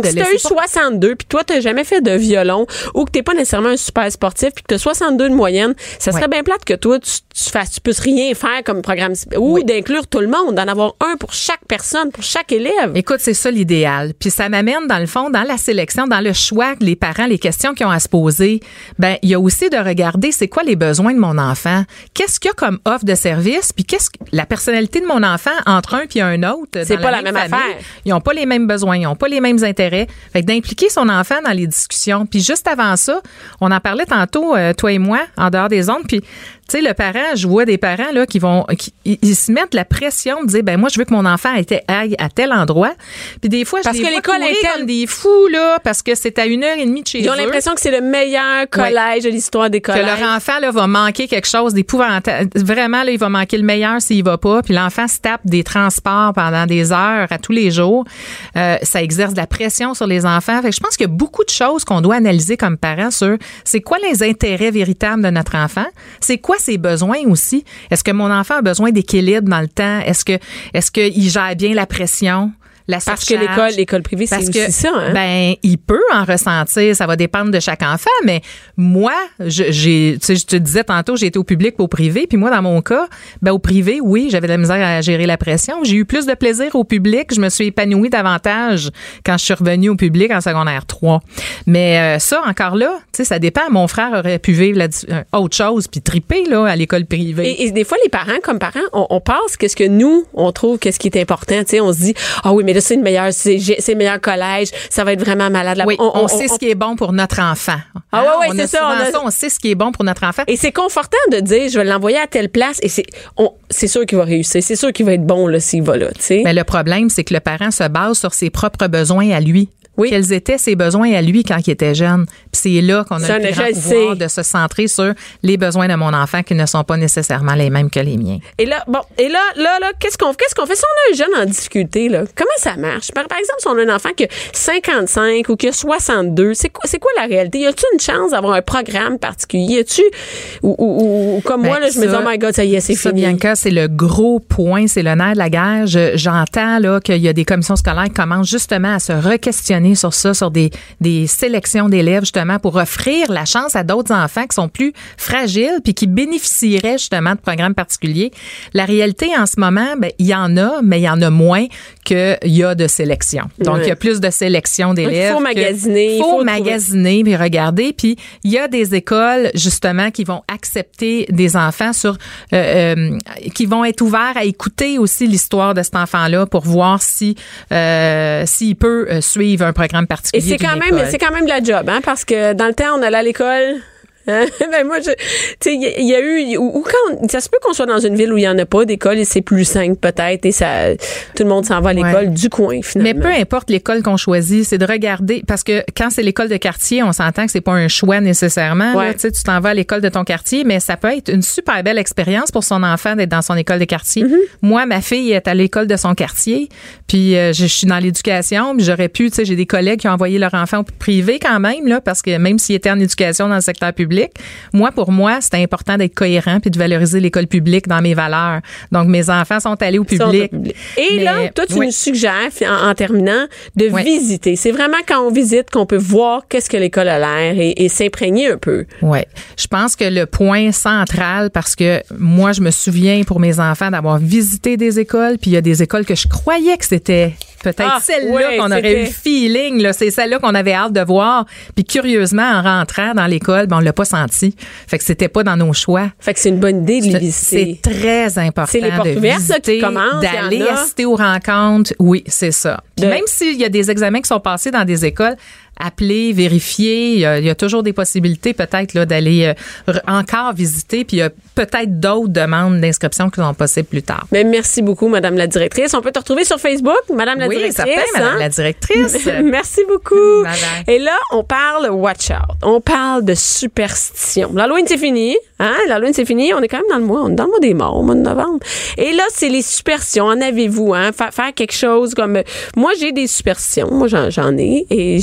de si t'as eu soixante-deux, puis toi, t'as jamais fait de violon, ou que t'es pas nécessairement un super sportif, puis que t'as soixante-deux de moyenne, ça serait ouais. bien plate que toi, tu, tu fasses, tu puisses rien faire comme programme, ou oui. d'inclure tout le monde, d'en avoir un pour chaque personne, pour chaque élève. Écoute, c'est ça l'idéal. Puis ça m'amène, dans le fond, dans la sélection, dans le choix, les parents, les questions qu'ils ont à se poser, ben il y a aussi de regarder c'est quoi les besoins de mon enfant, qu'est-ce qu'il y a comme offre de service, puis qu'est-ce que la personnalité de mon enfant entre un puis un autre. C'est pas la même, même affaire. Ils ont pas les mêmes besoins, ils ont pas les mêmes intérêts. Fait que d'impliquer son enfant dans les discussions. Puis juste avant ça, on en parlait tantôt, euh, toi et moi, en dehors des ondes, puis tu sais, le parent, je vois des parents là qui vont, qui, ils se mettent la pression de dire, ben moi, je veux que mon enfant aille à tel endroit. Puis des fois, je parce les que vois l'école est comme des fous là, parce que c'est à une heure et demie de chez eux. Ils ont l'impression que c'est le meilleur collège ouais. de l'histoire des collèges. Que leur enfant là va manquer quelque chose d'épouvantable. Vraiment là, il va manquer le meilleur s'il va pas. Puis l'enfant se tape des transports pendant des heures à tous les jours. Euh, ça exerce de la pression sur les enfants. Fait que je pense qu'il y a beaucoup de choses qu'on doit analyser comme parents sur c'est quoi les intérêts véritables de notre enfant, c'est quoi ses besoins aussi. Est-ce que mon enfant a besoin d'équilibre dans le temps? Est-ce que est-ce qu'il gère bien la pression? La Parce que l'école, l'école privée, c'est aussi ça, hein? Ben, il peut en ressentir. Ça va dépendre de chaque enfant. Mais moi, je, j'ai, tu sais, je te disais tantôt, j'ai été au public ou au privé. Puis moi, dans mon cas, ben, au privé, oui, j'avais de la misère à gérer la pression. J'ai eu plus de plaisir au public. Je me suis épanouie davantage quand je suis revenue au public en secondaire trois. Mais euh, ça, encore là, tu sais, ça dépend. Mon frère aurait pu vivre la, euh, autre chose puis triper, là, à l'école privée. Et, et des fois, les parents, comme parents, on, on pense qu'est-ce que nous, on trouve qu'est-ce qui est important. Tu sais, on se dit, ah oui, mais là, c'est une meilleure, c'est, c'est le meilleur collège, ça va être vraiment malade. Oui, on, on, on sait on, ce qui est bon pour notre enfant. Ah ouais, ouais, on c'est a ça. On, a... ça. On sait ce qui est bon pour notre enfant. Et c'est confortant de dire, je vais l'envoyer à telle place et c'est, on, c'est sûr qu'il va réussir. C'est sûr qu'il va être bon là, s'il va là, tu sais. Mais le problème, c'est que le parent se base sur ses propres besoins à lui. Oui. Quels étaient ses besoins à lui quand il était jeune. Puis c'est là qu'on a ça, le plus grand pouvoir sais. de se centrer sur les besoins de mon enfant qui ne sont pas nécessairement les mêmes que les miens. Et là, bon, et là, là, là, qu'est-ce qu'on, qu'est-ce qu'on fait si on a un jeune en difficulté, là? Comment ça marche? Par, par exemple, si on a un enfant qui a cinquante-cinq ou qui a soixante-deux, c'est quoi, c'est quoi la réalité? Y a-tu une chance d'avoir un programme particulier? Y a-tu, ou, ou, ou comme ben, moi, là, je ça, me dis, oh my God, ça y est, c'est ça, fini. Bianca, c'est le gros point, c'est le nerf de la guerre. Je, j'entends, là, qu'il y a des commissions scolaires qui commencent justement à se re-questionner sur ça, sur des, des sélections d'élèves, justement, pour offrir la chance à d'autres enfants qui sont plus fragiles puis qui bénéficieraient, justement, de programmes particuliers. La réalité, en ce moment, ben, il y en a, mais il y en a moins qu'il y a de sélection. Donc, il ouais. y a plus de sélection d'élèves. Il faut magasiner. Il faut, faut magasiner puis regarder. Puis, il y a des écoles, justement, qui vont accepter des enfants sur, euh, euh, qui vont être ouverts à écouter aussi l'histoire de cet enfant-là pour voir si, euh, s'il peut euh, suivre un programme particulier. Et c'est quand même, c'est quand même de la job, hein, parce que dans le temps, on allait à l'école. Hein? Ben moi, je, tu sais, il y, y a eu, ou, ou quand, ça se peut qu'on soit dans une ville où il y en a pas d'école et c'est plus simple peut-être et ça, tout le monde s'en va à l'école ouais. du coin finalement. Mais peu importe l'école qu'on choisit, c'est de regarder, parce que quand c'est l'école de quartier, on s'entend que c'est pas un choix nécessairement. Ouais. Là, tu sais, tu t'en vas à l'école de ton quartier, mais ça peut être une super belle expérience pour son enfant d'être dans son école de quartier. Mm-hmm. Moi, ma fille est à l'école de son quartier, puis euh, je, je suis dans l'éducation, puis j'aurais pu, tu sais, j'ai des collègues qui ont envoyé leur enfant au privé quand même là, parce que même s'il était en éducation dans le secteur public. Moi, pour moi, c'était important d'être cohérent puis de valoriser l'école publique dans mes valeurs. Donc, mes enfants sont allés au public. Et mais, là, toi, tu oui. nous suggères, en, en terminant, de oui. visiter. C'est vraiment quand on visite qu'on peut voir qu'est-ce que l'école a l'air et, et s'imprégner un peu. Oui. Je pense que le point central, parce que moi, je me souviens pour mes enfants d'avoir visité des écoles, puis il y a des écoles que je croyais que c'était peut-être ah, celle-là ouais, qu'on aurait eu feeling. Là, c'est celle-là qu'on avait hâte de voir. Puis curieusement, en rentrant dans l'école, ben, on l'a pas senti. Fait que c'était pas dans nos choix. Fait que c'est une bonne idée de les visiter. C'est très important c'est les portes de ouvertes, visiter, là, qui commencent, d'aller assister aux rencontres. Oui, c'est ça. Puis de... même s'il y a des examens qui sont passés dans des écoles, appeler, vérifier, il y a, il y a toujours des possibilités peut-être là d'aller euh, encore visiter, puis il y a peut-être d'autres demandes d'inscription qui vont passer plus tard. Mais merci beaucoup, Madame la directrice. On peut te retrouver sur Facebook, Madame la oui, directrice. Oui, certain, Madame hein? la directrice. Merci beaucoup. Bye bye. Et là, on parle watch out. On parle de superstition. L'Halloween, c'est fini. Hein? L'Halloween, c'est fini. On est quand même dans le mois, on est dans le mois des morts, au mois de novembre. Et là, c'est les superstitions. En avez-vous, hein? Fa- faire quelque chose comme, moi, j'ai des superstitions. Moi, j'en, j'en ai. Et, et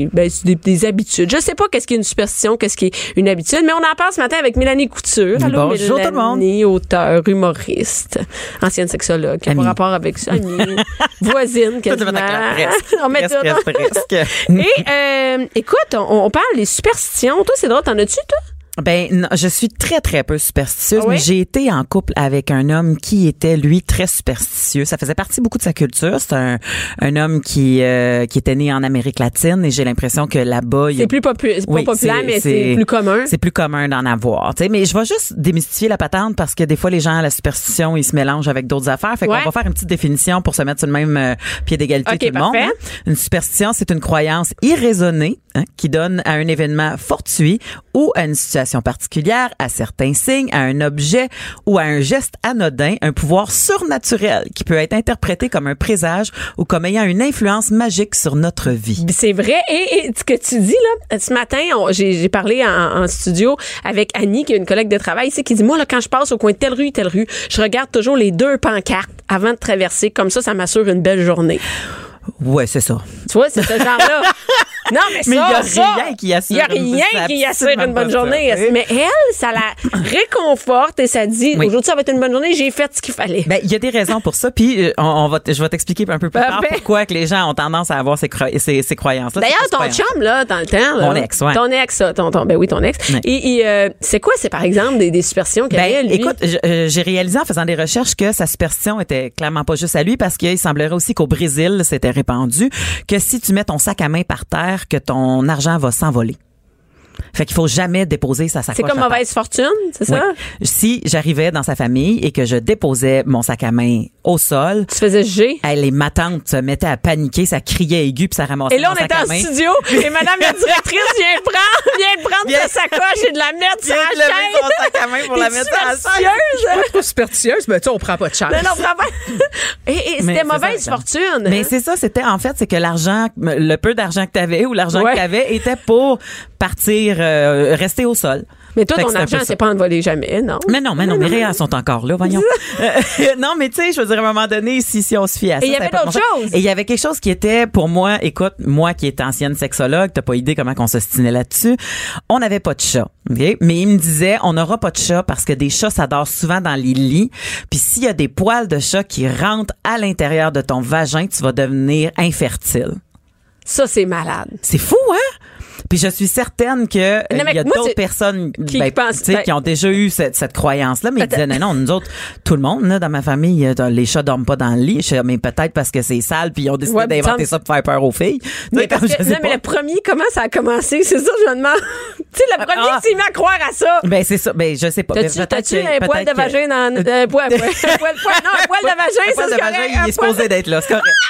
des, ben, c'est des, des habitudes. Je sais pas qu'est-ce qui est une superstition, qu'est-ce qui est une habitude, mais on en parle ce matin avec Mélanie Couture. Allô, Bonjour Mélanie, tout le monde. auteure, humoriste, ancienne sexologue, qui a pas rapport avec ça, amie, voisine, quasiment. On met presque, tout. presque, presque. Et, euh, écoute, on, on parle des superstitions. Toi, c'est drôle, t'en as-tu, toi? Ben, non, je suis très, très peu superstitieuse, Ah oui? mais j'ai été en couple avec un homme qui était, lui, très superstitieux. Ça faisait partie beaucoup de sa culture. C'est un, un homme qui, euh, qui était né en Amérique latine et j'ai l'impression que là-bas... il y a- C'est plus popu- c'est pas Oui, populaire, c'est- mais c'est c'est- plus commun. C'est plus commun d'en avoir. Tu sais, mais je vais juste démystifier la patente parce que des fois, les gens à la superstition, ils se mélangent avec d'autres affaires. Fait Ouais. qu'on va faire une petite définition pour se mettre sur le même euh, pied d'égalité Ok, tout le monde. parfait. hein. Une superstition, c'est une croyance irraisonnée hein, qui donne à un événement fortuit ou à une situation particulière, à certains signes, à un objet ou à un geste anodin, un pouvoir surnaturel qui peut être interprété comme un présage ou comme ayant une influence magique sur notre vie. C'est vrai. Et, et ce que tu dis, là, ce matin, on- j'ai, j'ai parlé en, en studio avec Annie, qui est une collègue de travail ici, qui dit, moi, là, quand je passe au coin de telle rue, telle rue, je regarde toujours les deux pancartes avant de traverser. Comme ça, ça m'assure une belle journée. Ouais, c'est ça. Tu vois, c'est ce genre-là. Non, mais ça, Mais il y a ça, rien qui assure il y a une- rien c'est qui assure absolument une bonne pas journée. ça. Oui. Mais elle, ça la réconforte et ça dit, Oui. aujourd'hui, ça va être une bonne journée, j'ai fait ce qu'il fallait. Ben, il y a des raisons pour ça, puis euh, on, on va, t- je vais t'expliquer un peu plus tard Parfait. pourquoi que les gens ont tendance à avoir ces, cro- ces, ces croyances-là. D'ailleurs, Ces ton croyances. chum, là, dans le temps, là, Mon ex, ouais. ton ex, ça, ton, ton, ben oui, ton ex. Ouais. Et, et, euh, c'est quoi, c'est par exemple des, des superstitions qu'il avait, Ben, lui? écoute, je- euh, j'ai réalisé en faisant des recherches que sa superstition était clairement pas juste à lui parce qu'il semblerait aussi qu'au Brésil, c'était répandu que si tu mets ton sac à main par terre, que ton argent va s'envoler. Fait qu'il faut jamais déposer sa sacoche. C'est comme à terre. mauvaise fortune, c'est Oui. ça? Si j'arrivais dans sa famille et que je déposais mon sac à main au sol, Tu te faisais juger. hey, les ma tante se mettaient à paniquer, ça criait aigu puis ça ramassait Et là, mon on sac était à en main. studio et madame la directrice vient prendre, vient prendre Viens. ta sacoche et de la mettre sur Viens la de lever son chaise. sac à main pour la T'es-tu mettre sur la chaise. superstitieuse? Pas superstitieuse, mais tu sais, on prend pas de chance. Non, non, vraiment. Et, et Mais c'était c'est mauvaise ça, fortune. Mais c'est ça, c'était en fait, c'est que l'argent, le peu d'argent que tu avais ou l'argent Ouais. que tu avais était pour partir, euh, rester au sol. Mais toi, Fait que ton c'est un argent, peu c'est ça. pas envolé jamais, non? Mais non, mais non, mes réels sont encore là, voyons. Euh, non, mais tu sais, je veux dire, à un moment donné, si, si on se fie à ça. Et il y ça avait pas de d'autres bon sens. choses. Et il y avait quelque chose qui était, pour moi, écoute, moi qui étais ancienne sexologue, t'as pas idée comment on s'ostinait là-dessus. On n'avait pas de chat, ok? Mais il me disait, on n'aura pas de chat parce que des chats s'adorent souvent dans les lits. Puis s'il y a des poils de chat qui rentrent à l'intérieur de ton vagin, tu vas devenir infertile. Ça, c'est malade. C'est fou, hein? Puis je suis certaine que euh, Non, mais il y a moi, d'autres c'est- personnes qui ben, pensent- tu sais, ben- qui ont déjà eu cette, cette croyance-là, mais ils Attends. disaient, non, non, nous autres, tout le monde, là, dans ma famille, euh, les chats dorment pas dans le lit. Je sais, mais peut-être parce que c'est sale, puis ils ont décidé Ouais, mais d'inventer semble- ça pour faire peur aux filles. Tu sais, Mais, comme parce je que- sais non, mais pas. le premier, comment ça a commencé? C'est ça, je me demande. tu sais, le premier Ah. qui s'est mis à croire à ça. Ben, c'est ça. Ben, je sais pas. T'as-tu, Ben, peut-être t'as-tu que- un poil de peut-être que- vagin dans, un poil, poil, poil, poil, non, un poil de vagin, Un ça, poil c'est de vagin, correct. il Un est poil- supposé d'être là, c'est correct.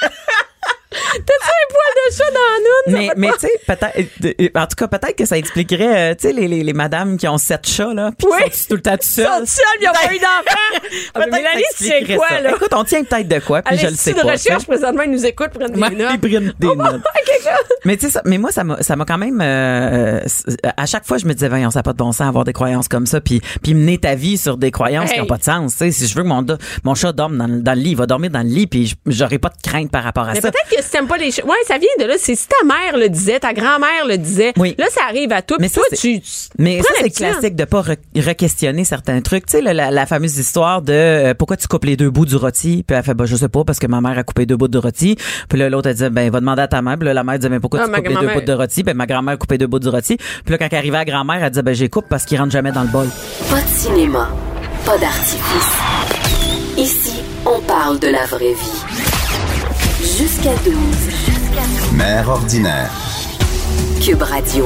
T'as-tu un poil de chat dans la noune? Mais, mais tu sais, peut-être, euh, en tout cas, peut-être que ça expliquerait, euh, tu sais, les, les, les madames qui ont sept chats, là, puis Oui. qui sont tout le temps tout Ils seuls. sont seuls, ils n'ont pas eu d'enfant. Ah, mais Peut-être Mélanie, ça tu sais expliquerait quoi, ça. là? Écoute, on tient peut-être de quoi, puis À je le sais l'Institut de pas. recherche, présentement, ils nous écoutent, prennent des Ouais, notes. ils prennent des On va notes. faire quelque chose. Mais tu sais ça, mais moi ça m'a ça m'a quand même euh, euh, à chaque fois je me disais voyons ça n'a pas de bon sens avoir des croyances comme ça puis puis mener ta vie sur des croyances Hey. qui n'ont pas de sens, tu sais, si je veux que mon do- mon chat dorme dans, le- dans le lit, il va dormir dans le lit puis j- j'aurai pas de crainte par rapport à Mais ça. peut-être que si t'aimes pas les chats. Ouais, ça vient de là. C'est si ta mère le disait, ta grand-mère le disait. Oui. Là, ça arrive à toi. Mais Puis ça, toi, c'est- tu. tu Mais prends ça, c'est l'habitude. classique de pas re- re-questionner certains trucs. Tu sais, la, la, la fameuse histoire de euh, pourquoi tu coupes les deux bouts du rôti. Puis elle fait, bah, je sais pas, parce que ma mère a coupé deux bouts de rôti. Puis là, l'autre, elle dit, ben, va demander à ta mère. Puis là, la mère disait, ben, pourquoi Ah, tu ma coupes les deux grand-mère. bouts de rôti? Ben, ma grand-mère a coupé deux bouts de rôti. Puis là, quand elle arrivait à la grand-mère, elle disait, ben, j'ai coupe parce qu'il rentre jamais dans le bol. Pas de cinéma, pas d'artifice. Ici, on parle de la vraie vie. Jusqu'à douze. Mère ordinaire. Cube Radio.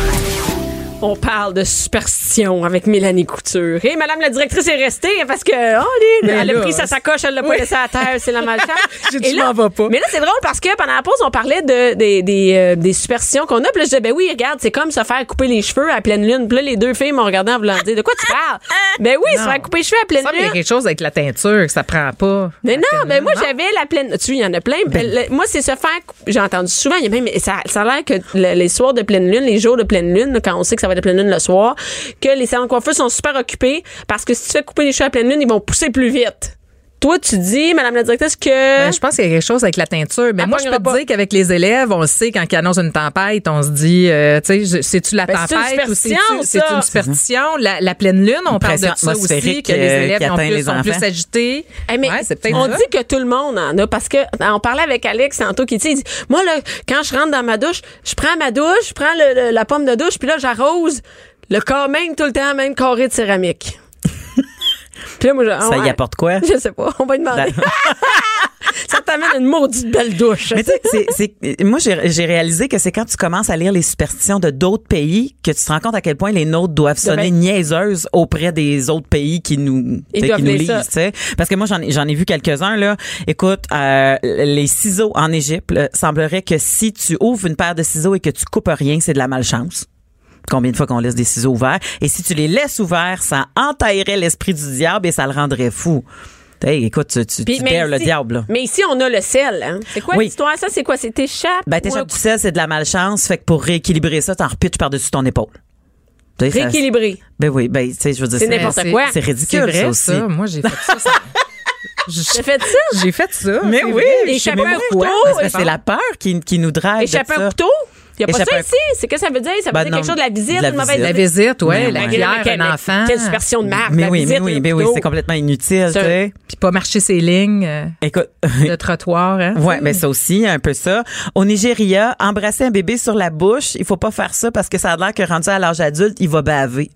On parle de superstition avec Mélanie Couture. Et madame la directrice est restée parce que, oh, elle, Mais elle a là, pris sa sacoche, elle l'a pas oui. laissée à terre, c'est la malchance. J'ai dit, Et je là- m'en vais pas. Mais là, c'est drôle parce que pendant la pause, on parlait de, des, des, euh, des superstitions qu'on a. Puis là, je disais, ben oui, regarde, c'est comme se faire couper les cheveux à pleine lune. Puis là, les deux filles m'ont regardé en voulant dire, de quoi tu parles? Ben oui, se Non. faire couper les cheveux à pleine Ça, il y a lune. quelque chose avec la teinture que ça prend pas. Mais non, La ben moi non? j'avais la pleine. Tu sais, il y en a plein. Le- moi c'est se faire. cou- J'ai entendu souvent. Il y a même ça, ça a l'air que le- les soirs de pleine lune, les jours de pleine lune, quand on sait que ça va être de pleine lune le soir, que les salons de coiffeur sont super occupés parce que si tu fais couper les cheveux à pleine lune, ils vont pousser plus vite. toi, tu dis, Madame la directrice, que... Ben, je pense qu'il y a quelque chose avec la teinture. Mais Elle moi, je peux te pas. dire qu'avec les élèves, on le sait, quand ils annoncent une tempête, on se dit, euh, tu sais, c'est-tu la Ben, tempête c'est une ou c'est-tu, superstition, c'est ça. une superstition? La, la pleine lune, on parle de pression ça aussi, atmosphérique, que les euh, élèves qui sont, atteint plus, les sont plus enfants. agités. Hey, mais ouais, c'est peut-être on ça. dit que tout le monde en a parce que on parlait avec Alex tantôt qui il dit moi là quand je rentre dans ma douche, je prends ma douche, je prends le, le- la pomme de douche puis là j'arrose le corps même tout le temps même carré de céramique. Puis là moi je, ah Ça ouais. y apporte quoi? Je sais pas, on va lui demander. Ça t'amène une maudite belle douche. Mais tu sais, c'est, c'est, moi, j'ai, j'ai réalisé que c'est quand tu commences à lire les superstitions de d'autres pays que tu te rends compte à quel point les nôtres doivent sonner ben- niaiseuses auprès des autres pays qui nous, Ils tu sais, doivent qui nous lire lisent, ça. tu sais. Parce que moi, j'en ai, j'en ai vu quelques-uns, là. Écoute, euh, les ciseaux en Égypte, là, semblerait que si tu ouvres une paire de ciseaux et que tu coupes rien, c'est de la malchance. Combien de fois qu'on laisse des ciseaux ouverts? Et si tu les laisses ouverts, ça entaillerait l'esprit du diable et ça le rendrait fou. Hey, écoute, tu, tu, Puis, tu mais dares le ici- diable, là. Mais ici on a le sel. Hein? C'est quoi Oui. l'histoire ça? C'est quoi? C'est t'échappes? Ben, ou t'échappes un du sel, c'est de la malchance. Fait que pour rééquilibrer ça, t'en repitches par-dessus ton épaule. Tu sais, ça- rééquilibré. Ben oui, ben, tu sais, je veux dire, C'est n'importe c'est- quoi. C'est C'est ridicule, vrai, ça aussi. ça. Moi, j'ai fait ça. ça- T'as fait ça? J'ai fait ça. Mais c'est oui, vrai. je sais Échapper même un pas. couteau, Parce que c'est la peur qui, qui nous drive. de Échapper ça. un couteau? Il n'y a pas Échapper ça un- ici. C'est que ça veut dire? Ça veut Ben dire non, quelque chose de la visite, de la une mauvaise La visite. visite, ouais, Mais la ouais. cuillère, Quelle- un enfant. Quelle superstition de marque. Mais la oui, visite, mais oui, le mais oui, couteau. c'est complètement inutile, tu C'est- sais. Puis pas marcher ses lignes euh, Écoute. de trottoir. Hein, Ouais, mais ça aussi, un peu ça. Au Nigeria, embrasser un bébé sur la bouche, il faut pas faire ça parce que ça a l'air que rendu à l'âge adulte, il va baver.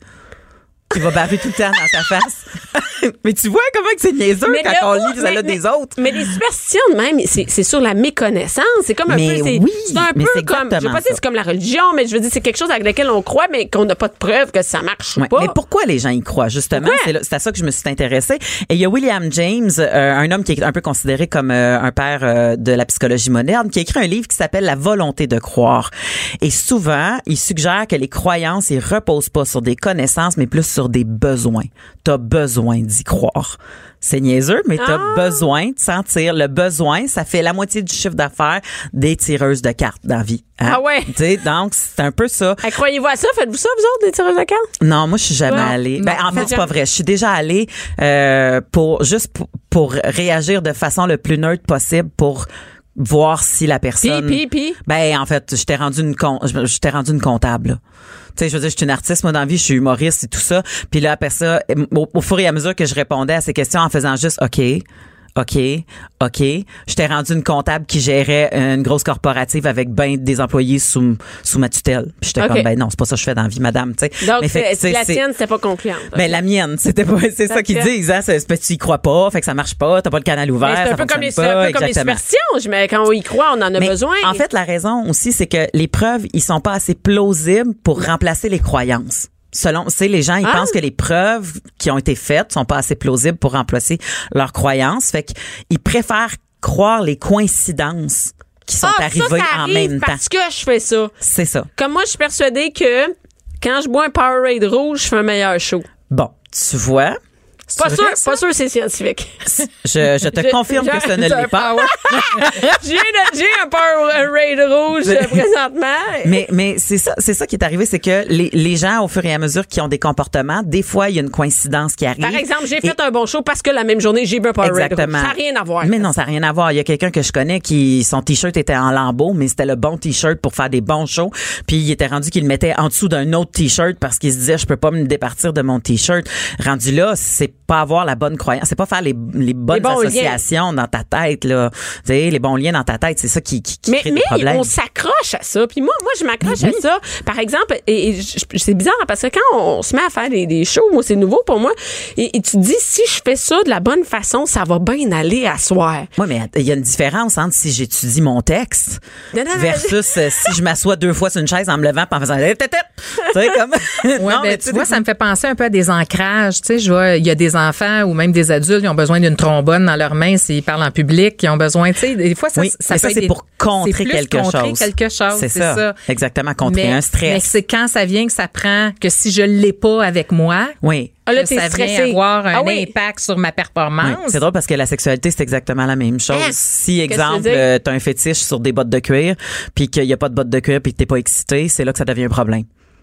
Il va baver tout le temps dans sa face. Mais tu vois comment que c'est niaiseux Mais quand là, on oui, lit ça mais- là mais- des autres. Mais les superstitions de même, c'est, c'est sur la méconnaissance. C'est comme un Mais peu, c'est, oui, c'est un mais peu c'est comme, je sais exactement pas si ça. c'est comme la religion, mais je veux dire, c'est quelque chose avec lequel on croit, mais qu'on n'a pas de preuve que ça marche Ouais, pas. mais pourquoi les gens y croient, justement? Pourquoi? C'est, là- c'est à ça que je me suis intéressée. Et il y a William James, euh, un homme qui est un peu considéré comme euh, un père euh, de la psychologie moderne, qui a écrit un livre qui s'appelle La volonté de croire. Et souvent, il suggère que les croyances, ils reposent pas sur des connaissances, mais plus sur des besoins. T'as besoin d'y croire. C'est niaiseux, mais t'as Ah. besoin de sentir. Le besoin, ça fait la moitié du chiffre d'affaires des tireuses de cartes dans la vie. Hein? Ah ouais. Tu sais, donc, c'est un peu ça. Hey, croyez-vous à ça? Faites-vous ça, vous autres, des tireuses de cartes? Non, moi je suis jamais Non. allée. Non. Ben en fait, c'est pas vrai. Je suis déjà allée euh, pour juste pour, pour réagir de façon le plus neutre possible pour voir si la Puis, personne puis, puis. Ben en fait, je t'ai rendu une con, je je t'ai rendu une comptable. là. Tu sais, je veux dire, je suis une artiste, moi, dans la vie, je suis humoriste et tout ça. Puis là, après ça, au, au fur et à mesure que je répondais à ces questions en faisant juste OK, OK, OK. Je t'ai rendu une comptable qui gérait une grosse corporative avec ben des employés sous, sous ma tutelle. Puis j'étais OK. comme, ben non, c'est pas ça que je fais dans la vie, madame. Tu sais. Donc, Mais fait que, c'est, tu sais, la c'est- tienne, c'était pas concluante. ben la mienne, c'était pas, c'est ça qu'ils Ok. disent, hein, c'est, c'est parce que tu y crois pas, fait que ça marche pas, t'as pas le canal ouvert, Mais c'est un ça peu comme les, fonctionne c'est un pas, peu comme les exactement. superstitions. Je- Mais quand on y croit, on en a Mais besoin. en fait, la raison aussi, c'est que les preuves, ils sont pas assez plausibles pour remplacer les croyances. Selon, c'est les gens, ils Ah. pensent que les preuves qui ont été faites sont pas assez plausibles pour remplacer leurs croyances. Fait qu'ils préfèrent croire les coïncidences qui sont Ah, ça, arrivées ça en arrive même temps. parce que je fais ça. C'est ça. Comme moi, je suis persuadée que quand je bois un Powerade rouge, je fais un meilleur show. Bon, tu vois. Pas c'est sûr, vrai, ça? pas sûr c'est scientifique. Je, je te Je- confirme j'ai- que ça ne j'ai un l'est pas. j'ai, un- j'ai un Powerade rouge euh, présentement. Mais mais c'est ça c'est ça qui est arrivé, c'est que les les gens au fur et à mesure qui ont des comportements, des fois il y a une coïncidence qui arrive. Par exemple, j'ai Et- fait un bon show parce que la même journée, j'ai bu un Powerade rouge. Exactement. Ça n'a rien à voir. Mais non, ça n'a rien à voir. Il y a quelqu'un que je connais qui, son t-shirt était en lambeaux, mais c'était le bon t-shirt pour faire des bons shows. Puis il était rendu qu'il le mettait en dessous d'un autre t-shirt parce qu'il se disait, je peux pas me départir de mon t-shirt. Rendu là, c'est pas avoir la bonne croyance, c'est pas faire les, les bonnes Les bons associations dans ta tête, là. Tu sais, les bons liens dans ta tête, c'est ça qui, qui, qui Mais, crée mais des problèmes. on s'accroche à ça. Puis moi, moi, je m'accroche à ça. Par exemple, et, et je- c'est bizarre parce que quand on se met à faire des, des shows, moi, c'est nouveau pour moi. Et, et tu te dis, si je fais ça de la bonne façon, ça va bien aller à soir. Oui, mais il y a une différence entre si j'étudie mon texte Non, non, non. versus euh, si je m'assois deux fois sur une chaise en me levant et en faisant tête tête. Tu sais comme Ouais, Non, ben, mais tu vois, ça me fait penser un peu à des ancrages. Tu sais, je vois, il y a des enfants ou même des adultes qui ont besoin d'une trombone dans leurs mains s'ils parlent en public, qui ont besoin, tu sais, des fois, ça, oui, ça mais peut ça être c'est des- pour contrer c'est plus quelque contrer chose. quelque chose, C'est c'est ça. ça. Exactement, contrer mais, un stress. Mais c'est quand ça vient que ça prend, que si je l'ai pas avec moi, Oui. Ah, là, que t'es ça stressé. vient avoir un Ah oui. impact sur ma Oui. performance. C'est drôle parce que la sexualité, c'est exactement la même chose. Hein? Si, Qu'est-ce que exemple, tu veux dire? euh, t'as un fétiche sur des bottes de cuir, puis qu'il y a pas de bottes de cuir, puis que t'es pas excité, c'est là que ça devient un problème.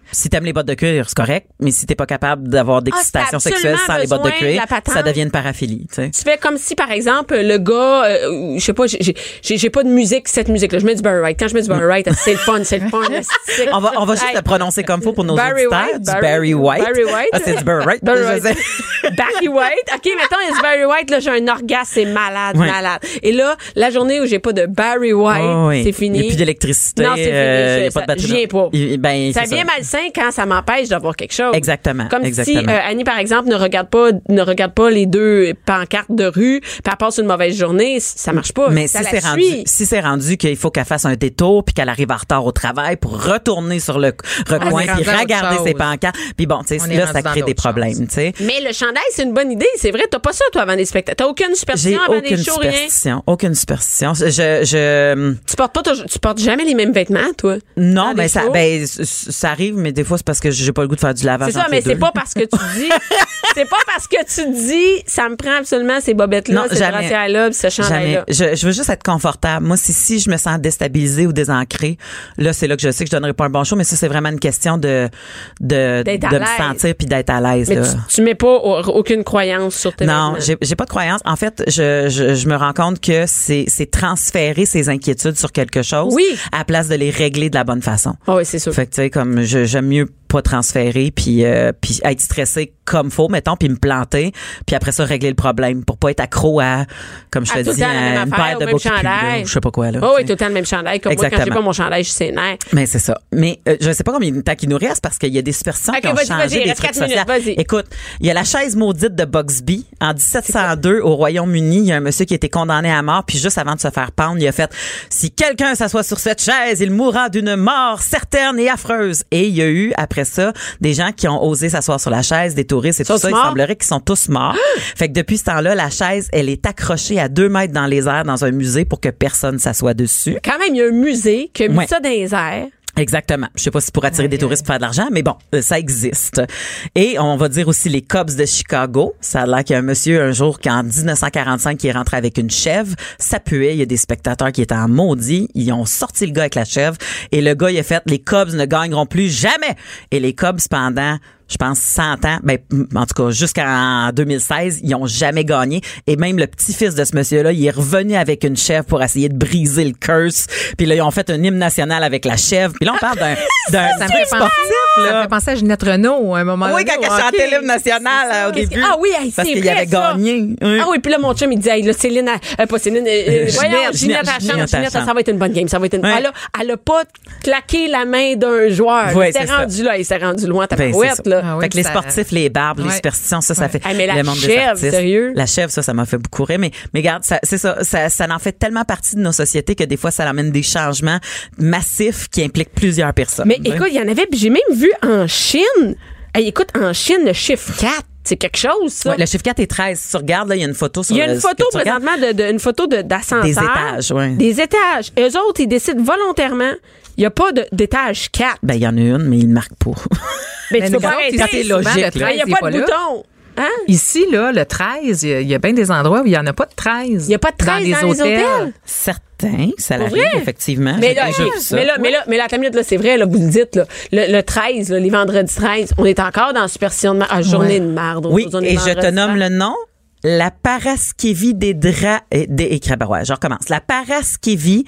Si t'aimes les bottes de cuir, c'est correct, mais si t'es pas capable d'avoir d'excitation Ah, c'est sexuelle sans les bottes de besoin de cuir, la patente. ça devient une paraphilie, tu sais. Tu fais comme si, par exemple, le gars, euh, je sais pas, j'ai, j'ai, j'ai pas de musique, cette musique-là. Je mets du Barry White. Quand je mets du Barry White, c'est le fun, c'est le fun. C'est- On va, on va juste Hey. le prononcer comme faut pour nos Barry auditeurs. White, du Barry- Barry White. Barry White. Ah, c'est du Barry White. Barry Je White. sais. Barry White. OK, mettons, il y a du Barry White, là, j'ai un orgasme, c'est malade, Ouais. malade. Et là, la journée où j'ai pas de Barry White, Oh, oui. c'est fini. Il n'y a plus d'électricité. Non, c'est fini. euh, Je- il y a pas ça- de batterie. je viens pas. Il- ben, Ça c'est devient malsain quand ça m'empêche d'avoir quelque chose. Exactement, Comme exactement. si euh, Annie, par exemple, ne regarde pas ne regarde pas les deux pancartes de rue, puis elle passe une mauvaise journée, ça marche pas. Mais ça si la c'est rendu, suit. si c'est rendu qu'il faut qu'elle fasse un détour puis qu'elle arrive en retard au travail pour retourner sur le recoin On est puis rendu à autre regarder chose. ses pancartes, puis bon, tu sais, On est là rendu ça dans crée des d'autres problèmes, choses. tu sais. Mais le chandail, c'est une bonne idée. C'est vrai, t'as pas ça, toi, avant des spectacles. T'as aucune J'ai superstition avant aucune des shows, rien. superstition, aucune superstition. Je, je, Tu portes pas, toujours- tu portes jamais les mêmes vêtements, toi. non, Dans mais des ça, shows? ben, c- ça arrive, mais des fois c'est parce que j'ai pas le goût de faire du lavage. C'est ça, entre mais les c'est deux. pas parce que tu dis, c'est pas parce que tu dis, ça me prend absolument ces bobettes-là, Non, ces jamais. brassières-là, puis ce Jamais. chandail-là. Je, je veux juste être confortable. Moi, si, si je me sens déstabilisée ou désancrée, là, c'est là que je sais que je donnerai pas un bon show, mais ça, c'est vraiment une question de, de, D'être à de me l'aise. sentir puis d'être à l'aise, Mais là. tu, tu mets pas au- aucune croyance sur tes Non, vêtements. j'ai, j'ai pas de croyance. En fait, je, je, je me rends compte que c'est, c'est transférer ses inquiétudes sur quelque chose Oui. à la place de les régler de la bonne façon. Ah oui, c'est sûr. Fait que tu sais, comme je, j'aime mieux pas transférer puis euh, puis être stressé comme faut, mettons, puis me planter, puis après ça régler le problème pour pas être accro à, comme je À te tout le dis, temps la même à une affaire, paire au de même beaux culs, chandail. là, ou je sais pas quoi là. Oh oui, tu sais. tout le temps le même chandail. Comme moi, quand j'ai Exactement. pas mon chandail, je suis sénère. Mais c'est ça. Mais euh, je sais pas combien de temps qu'il nous reste parce qu'il y a des superstitions Ok, qui ont vas-y, changé vas-y, des reste trucs quatre minutes, sociaux. vas-y. Écoute, il y a la chaise maudite de Bugsby. En dix-sept cent deux, au Royaume-Uni, il y a un monsieur qui a été condamné à mort, puis juste avant de se faire pendre, il a fait « Si quelqu'un s'assoit sur cette chaise, il mourra d'une mort certaine et affreuse. » Et il y a eu, après ça, des gens qui ont osé s'asseoir sur la chaise, des touristes et tout Sont ça. Il morts? semblerait qu'ils sont tous morts. Fait que depuis ce temps-là, la chaise, elle est accrochée à deux mètres dans les airs dans un musée pour que personne s'assoie dessus. Quand même, il y a un musée qui a mis Ouais. ça dans les airs. Exactement. Je sais pas si c'est pour attirer des touristes pour faire de l'argent, mais bon, euh, ça existe. Et on va dire aussi les Cubs de Chicago. Ça a l'air qu'il y a un monsieur un jour qui en dix-neuf cent quarante-cinq qui est rentré avec une chèvre. Ça puait. Il y a des spectateurs qui étaient en maudit. Ils ont sorti le gars avec la chèvre et le gars il a fait les Cubs ne gagneront plus jamais. Et les Cubs pendant je pense cent ans, ben en tout cas jusqu'en deux mille seize, ils ont jamais gagné et même le petit-fils de ce monsieur-là, il est revenu avec une chèvre pour essayer de briser le curse. Puis là ils ont fait un hymne national avec la chèvre. Puis là on parle d'un d'un Ça me type fait penser- sportif Ça me là. fait penser à Ginette Renault à un moment Oui, donné. quand elle au chantait hockey. l'hymne national euh, au Qu'est-ce début. que- Ah oui, hey, parce c'est qu'il vrai, avait ça. gagné. Oui. Ah oui, puis là, mon chum, il dit, hey, là, Céline, a- euh, pas Céline, euh, euh, voyons, Ginette, Ginette, Ginette, elle chante, Ginette, Ginette, elle ça va être une bonne game, ça va être une... Ouais. Elle, a, elle a pas claqué la main d'un joueur. Ouais, il s'est c'est ça. rendu là, il s'est rendu loin, ta Ben, c'est parouette, ça. là. Ah oui, fait que les ça- sportifs, les barbes, les Ouais. superstitions, ça, ça Ouais. fait Hey, mais la le monde des chèvre, artistes. sérieux? La chèvre, ça, ça m'a fait beaucoup rire. Mais, mais regarde, ça, c'est ça, ça, ça en fait tellement partie de nos sociétés que des fois, ça amène des changements massifs qui impliquent plusieurs personnes. Mais écoute, il y en avait, puis j'ai même vu en Chine. Hey, écoute, en Chine, le chiffre quatre, c'est quelque chose, ça. Ouais, le chiffre quatre et treize, si tu regardes, là, il y a une photo sur Il y a le- une ce que photo tu regardes. présentement de, de une photo de d'ascenseur. Des étages, ouais. Des étages. Et eux autres, ils décident volontairement. Il n'y a pas de- d'étage quatre. Ben, il y en a une, mais il ne marque pas. Mais Mais tu peux nous pas autres, arrêter. ici, c'est souvent, logique, le là. treize, Il n'y a il est pas de là. bouton. Hein? Ici, là, le treize, il y a- il y a, bien des endroits où il n'y en a pas de treize. Il n'y a pas de treize dans les hôtels. Certain, ça Pour l'arrive, vrai? effectivement. Mais J'ai là, déjà vu ça. mais là, mais là, mais là, attends une minute, là, c'est vrai, là, vous le dites, là, le, le treize, là, les vendredis treize, on est encore dans la superstition de marde, ah, journée Ouais. de marde. Oui, on est et je vendredi te nomme treize. le nom. La paraskévie des draps... et- Des, et crabes, je recommence. La paraskévie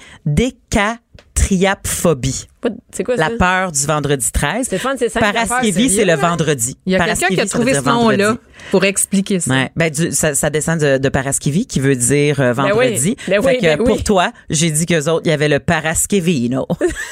décatriaphobie. Pas de- C'est quoi La ça? peur du vendredi treize. Stéphane, c'est ça. Paraskévie, c'est le vendredi. Il y a quelqu'un Paraskévie, qui a ça veut trouvé dire ce nom-là vendredi. pour expliquer ça. Ouais, ben du, ça, ça descend de, de paraskévie qui veut dire euh, Ben vendredi. oui, ben Fait oui, que ben pour oui. toi, j'ai dit qu'eux autres, il y avait le paraskévino.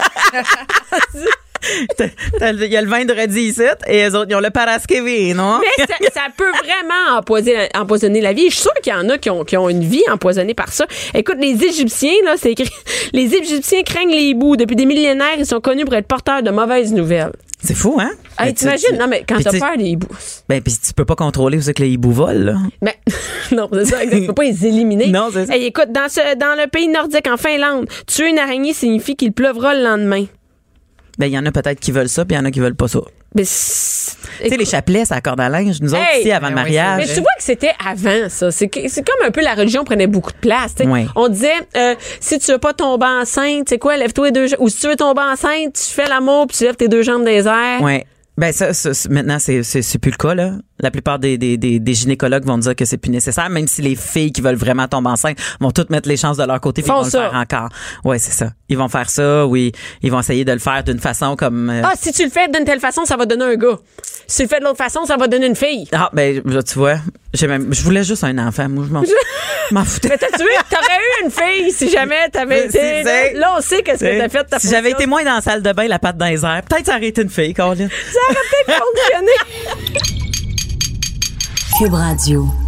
T'as- t'as- Il y a le vendredi ici et eux autres, ils ont le paraskévino. Mais ça, ça peut vraiment empoisonner, empoisonner la vie. Je suis sûre qu'il y en a qui ont, qui ont une vie empoisonnée par ça. Écoute, les Égyptiens, là, c'est écrit, les Égyptiens craignent les hiboux. Depuis des millénaires, ils sont connus pour être porteurs de mauvaises nouvelles. C'est fou, hein? Hey, Ben, tu- t'imagines? tu- Non, mais quand puis t'as tu- peur des hiboux. Ben, puis tu peux pas contrôler où c'est que les hiboux volent, là. Mais, non, c'est ça, exact. Tu peux pas les éliminer. Non, c'est ça. Hey, écoute, dans ce, dans le pays nordique, en Finlande, tuer une araignée signifie qu'il pleuvra le lendemain. Ben, il y en a peut-être qui veulent ça, puis il y en a qui veulent pas ça. Mais tu sais, les chapelets, ça accorde à linge. Nous autres, hey, ici, avant le mariage. Mais tu vois que c'était avant, ça. C'est, que, c'est comme un peu la religion prenait beaucoup de place. Oui. On disait, euh, si tu veux pas tomber enceinte, tu sais quoi, lève-toi les deux jambes. Ou si tu veux tomber enceinte, tu fais l'amour puis tu lèves tes deux jambes dans les airs. Oui. Ben ça, ça maintenant c'est, c'est c'est plus le cas là. La plupart des, des des des gynécologues vont dire que c'est plus nécessaire, même si les filles qui veulent vraiment tomber enceintes vont toutes mettre les chances de leur côté puis ils vont ça. le faire encore. Ouais, c'est ça. Ils vont faire ça, oui. Ils vont essayer de le faire d'une façon comme. Euh... Ah, si tu le fais d'une telle façon, ça va donner un gars. Si tu le fais de l'autre façon, ça va donner une fille. Ah ben tu vois, j'ai même, je voulais juste un enfant. Moi je m'en, m'en foutais. Mais t'as-tu vu, t'aurais eu une fille si jamais t'avais été. Là, là, on sait qu'est-ce que t'as fait. Ta si j'avais été moins dans la salle de bain, la patte dans les airs, peut-être ça aurait été une fille, Colin. Ça aurait peut-être fonctionné. Cube Radio.